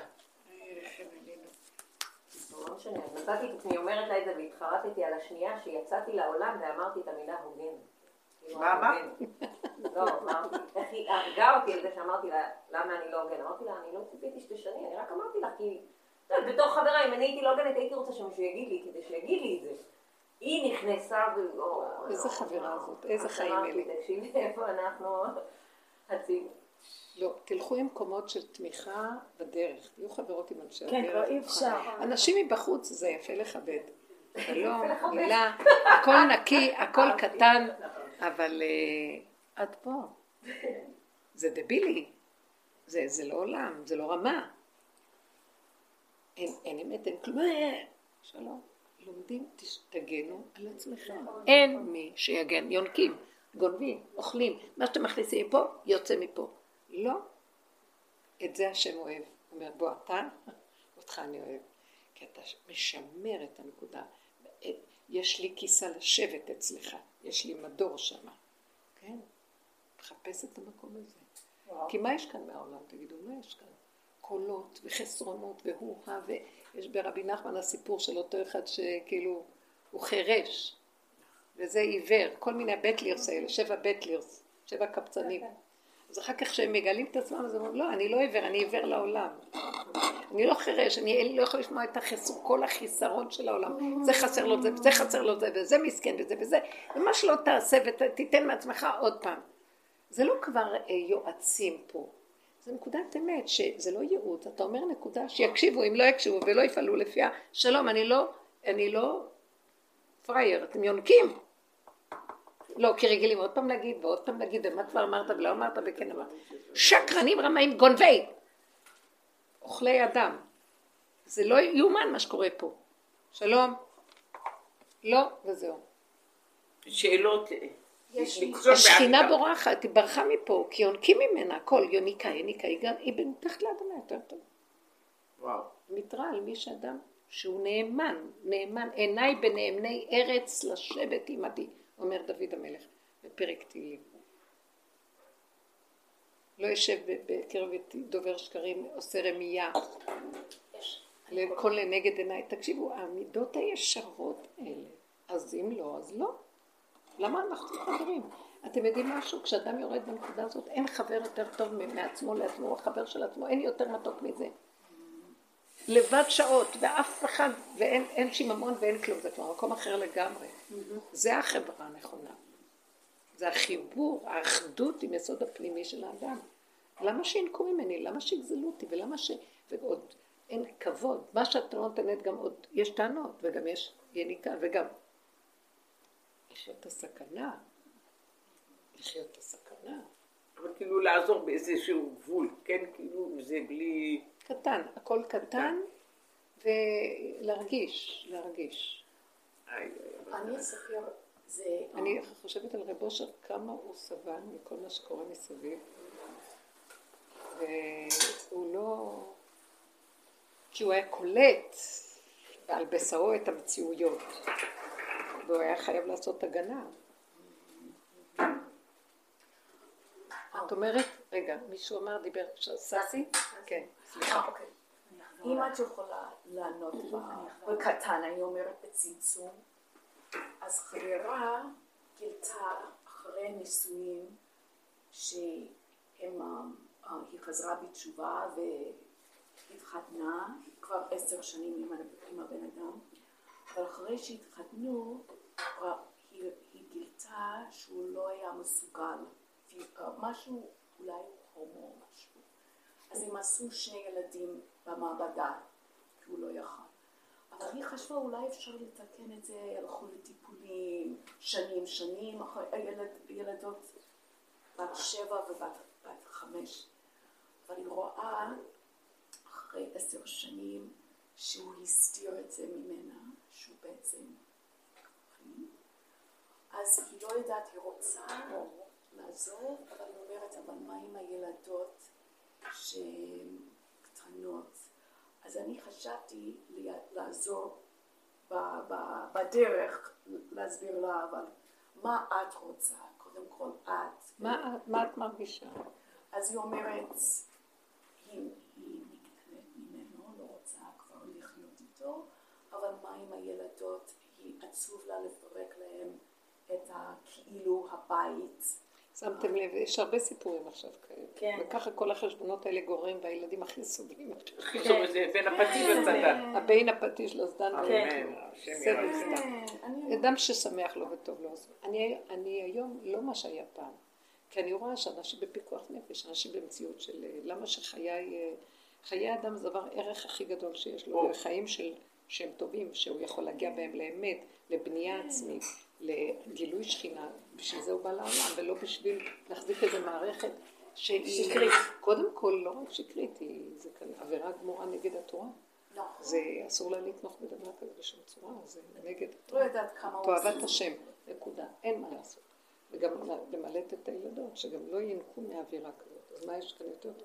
[SPEAKER 6] לא משנה, אז נתתי את עצמי, אומרת לה את זה והתחרטתי על השנייה שיצאתי לעולם ואמרתי את המילה הוגן.
[SPEAKER 3] מה, מה?
[SPEAKER 6] לא, אמרתי, איך היא הרגה אותי על זה שאמרתי לה, למה אני לא הוגן? אמרתי לה, אני לא ציפיתי שתשני, אני רק אמרתי לך, כי בתור חברה, אם אני הייתי לא הוגנת, הייתי רוצה שמישהו יגיד לי, כדי שיגיד לי את זה. היא נכנסה ו...
[SPEAKER 1] איזה חברה הזאת, איזה חיים אלה.
[SPEAKER 6] תקשיבי, איפה אנחנו הציב.
[SPEAKER 1] לא, תלכו עם קומות של תמיכה בדרך, תהיו חברות עם אנשי הדרך.
[SPEAKER 7] כן, כבר אי אפשר.
[SPEAKER 1] אנשים מבחוץ זה יפה לכבד. לא, מילה, הכל נקי, הכל קטן, אבל עד פה. זה דבילי, זה לא עולם, זה לא רמה. אין אמת, אין כלום. שלום, לומדים, תגנו על עצמכם. אין מי שיגן, יונקים, גונבים, אוכלים. מה שאתם מכניסים פה, יוצא מפה. לא, את זה השם אוהב. הוא אומר, בוא אתה, אותך אני אוהב. כי אתה משמר את הנקודה. יש לי כיסה לשבת אצלך, יש לי מדור שמה. כן? מחפש את המקום הזה. וואו. כי מה יש כאן מהעולם? תגידו, מה יש כאן? קולות וחסרונות והוה, ויש ברבי נחמן הסיפור של אותו אחד שכאילו הוא חרש, וזה עיוור, כל מיני בטלירס האלה, שבע בטלירס, שבע קפצנים. אז אחר כך שהם מגלים את עצמם, אז הם אומרים, לא, אני לא עיוור, אני עיוור לעולם. אני לא חרש, אני לא יכול לשמוע את החסר, כל החיסרון של העולם. זה חסר לו זה, וזה חסר לו זה, וזה מסכן, וזה וזה. ומה שלא תעשה ותיתן מעצמך עוד פעם. זה לא כבר יועצים פה. זה נקודת אמת, שזה לא ייעוץ. אתה אומר נקודה שיקשיבו, אם לא יקשיבו ולא יפעלו לפיה. שלום, אני לא, אני לא פרייר, אתם יונקים. לא, כי רגילים עוד פעם להגיד, ועוד פעם להגיד, ומה כבר אמרת ולא אמרת וכן אמרת. שקרנים רמאים גונבי. אוכלי אדם. זה לא יאומן מה שקורה פה. שלום. לא, וזהו.
[SPEAKER 3] שאלות.
[SPEAKER 1] השכינה בורחת, היא ברחה מפה, כי יונקים ממנה, הכל, יוניקה, יניקה, היא גם, היא מתחת לאדמה יותר טוב.
[SPEAKER 3] וואו.
[SPEAKER 1] מתראה על מי שאדם שהוא נאמן, נאמן, עיניי בנאמני ארץ לשבת עמדי, אומר דוד המלך, בפרק תהילים. לא יושב בקרב דובר שקרים, עושה רמייה, לכל לנגד עיניי. תקשיבו, העמידות הישרות האלה, אז אם לא, אז לא. למה אנחנו חברים? אתם יודעים משהו? כשאדם יורד בנקודה הזאת, אין חבר יותר טוב מעצמו לעצמו, הוא החבר של עצמו, אין יותר מתוק מזה. לבד שעות, ואף אחד, ואין אין שיממון ואין כלום, זה כבר מקום אחר לגמרי. זה החברה הנכונה. זה החיבור, האחדות עם יסוד הפנימי של האדם. למה שינקו ממני? למה שיגזלו אותי? ולמה ש... ועוד אין כבוד. מה שאת לא נותנת גם עוד, יש טענות, וגם יש יניקה, וגם לחיות את הסכנה. לחיות את הסכנה.
[SPEAKER 3] אבל כאילו לעזור באיזשהו גבול, כן? כאילו זה בלי...
[SPEAKER 1] קטן, הכל קטן, ולהרגיש, להרגיש.
[SPEAKER 4] אני אספר, זה...
[SPEAKER 1] אני חושבת על רב אושר כמה הוא סבל מכל מה שקורה מסביב, והוא לא... כי הוא היה קולט ועל בשרו את המציאויות, והוא היה חייב לעשות הגנה. את אומרת, רגע, מישהו אמר, דיבר, ססי? כן, סליחה.
[SPEAKER 4] אוקיי. אם את יכולה לענות בקטן, אני אומרת בצמצום, אז חברה גילתה אחרי נישואים שהיא חזרה בתשובה והתחתנה כבר עשר שנים עם הבן אדם, אבל אחרי שהתחתנו היא גילתה שהוא לא היה מסוגל, משהו אולי הומו משהו. אז הם עשו שני ילדים במעבדה, כי הוא לא יכל. אבל היא חשבה אולי אפשר לתקן את זה, הלכו לטיפולים, שנים, שנים, אחרי הילד, ילדות בת שבע ובת בת חמש. אבל היא רואה אחרי עשר שנים שהוא הסתיר את זה ממנה, שהוא בעצם חיים. אז היא לא יודעת, היא רוצה לעזור, אבל היא אומרת, אבל מה עם הילדות שהן קטנות? אז אני חשבתי לעזור בדרך, להסביר לה, אבל מה את רוצה? קודם כל את.
[SPEAKER 1] מה את מרגישה?
[SPEAKER 4] אז היא אומרת, היא נקנית ממנו, לא רוצה כבר לחיות איתו, אבל מה עם הילדות? היא עצוב לה לפרק להם את כאילו הבית.
[SPEAKER 1] שמתם לב, יש הרבה סיפורים עכשיו כאלה.
[SPEAKER 4] כן.
[SPEAKER 1] וככה כל החשבונות האלה גוררים, והילדים הכי סובלים.
[SPEAKER 3] הכי טוב זה בין הפטיש לצדן.
[SPEAKER 1] הבין הפטיש לצדן.
[SPEAKER 3] כן.
[SPEAKER 1] אדם ששמח לו וטוב לו. אני היום לא מה שהיה פעם. כי אני רואה שאנשים בפיקוח נפש, אנשים במציאות של... למה שחיי... חיי אדם זה דבר ערך הכי גדול שיש לו. חיים שהם טובים, שהוא יכול להגיע בהם לאמת, לבנייה עצמית. לגילוי שכינה, בשביל זה הוא בא לעולם, ולא בשביל להחזיק איזו מערכת שהיא... שקרית. קודם כל, לא רק שקרית, היא, זה כאן עבירה גמורה נגד התורה. נכון. זה אסור לה לתמוך בדבר כזה בשום צורה, זה נגד התורה.
[SPEAKER 4] לא יודעת כמה הוא...
[SPEAKER 1] תאהבת השם, נקודה, אין מה לעשות. וגם למלט את הילדות, שגם לא ינקו מהאווירה כזאת. אז מה יש כאן יותר?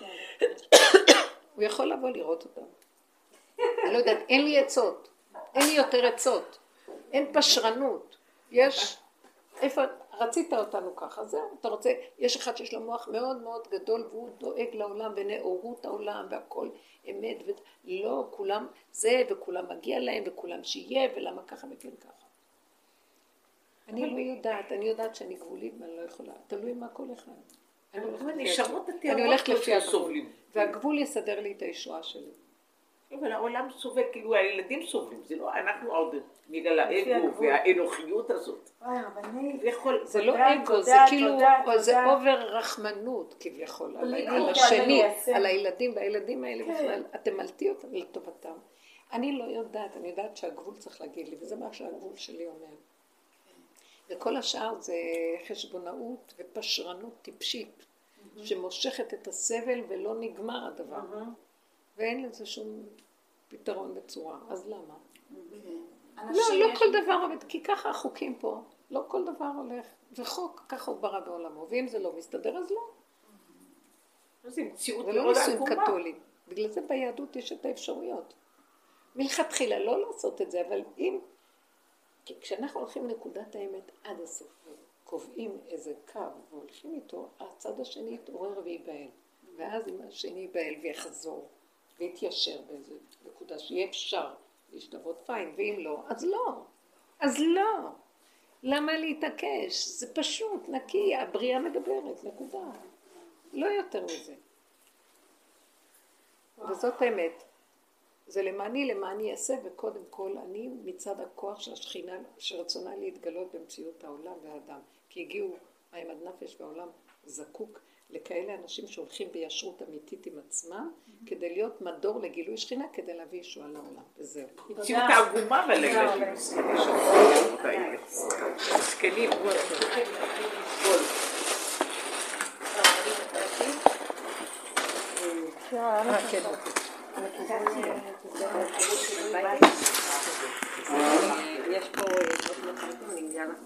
[SPEAKER 1] הוא יכול לבוא לראות אותם. אני לא יודעת, אין לי עצות, אין לי יותר עצות, אין פשרנות. יש, איפה, רצית אותנו ככה, זהו, אתה רוצה, יש אחד שיש לו מוח מאוד מאוד גדול, והוא דואג לעולם, ונאורות העולם, והכל אמת, ולא, כולם זה, וכולם מגיע להם, וכולם שיהיה, ולמה ככה וכן ככה. אני לא יודעת, אני יודעת שאני גבולית, ואני לא יכולה, תלוי מה כל אחד. אני הולכת לפי הגבול, והגבול יסדר לי את הישועה שלי.
[SPEAKER 3] אבל העולם סובל, כאילו הילדים סובלים, זה לא, אנחנו עוד בגלל האגו והאנוכיות הזאת.
[SPEAKER 1] זה לא אגו, זה כאילו, זה אובר רחמנות כביכול, על השני, על הילדים, והילדים האלה בכלל, אתם מלטי אותם לטובתם. אני לא יודעת, אני יודעת שהגבול צריך להגיד לי, וזה מה שהגבול שלי אומר. וכל השאר זה חשבונאות ופשרנות טיפשית, שמושכת את הסבל ולא נגמר הדבר. ואין לזה שום פתרון בצורה, אז למה? לא, לא כל דבר עובד, כי ככה החוקים פה. לא כל דבר הולך, זה חוק, ככה הוא ברא בעולמו, ואם זה לא מסתדר אז לא.
[SPEAKER 3] זה מציאות
[SPEAKER 1] זה לא
[SPEAKER 3] מאוד
[SPEAKER 1] נישואים
[SPEAKER 3] עקומה.
[SPEAKER 1] קתולים. בגלל זה ביהדות יש את האפשרויות. מלכתחילה לא לעשות את זה, אבל אם... כי כשאנחנו הולכים לנקודת האמת עד הסוף, קובעים איזה קו והולכים איתו, הצד השני יתעורר וייבהל. ואז אם השני ייבהל ויחזור ויתיישר באיזה נקודה שיהיה אפשר להשתוות פיין, ואם לא, אז לא. אז לא. למה להתעקש? זה פשוט, נקי, הבריאה מדברת, נקודה. לא יותר מזה. וזאת האמת. זה למעני, למעני אעשה, וקודם כל אני מצד הכוח של השכינה שרצונה להתגלות במציאות העולם והאדם. כי הגיעו מים עד נפש והעולם זקוק לכאלה אנשים שהולכים בישרות אמיתית עם עצמם, כדי להיות מדור לגילוי שכינה, כדי להביא ישועה לעולם. וזהו.
[SPEAKER 3] מציאות העגומה ולילדים. מסכנים.
[SPEAKER 7] כן,
[SPEAKER 1] כן.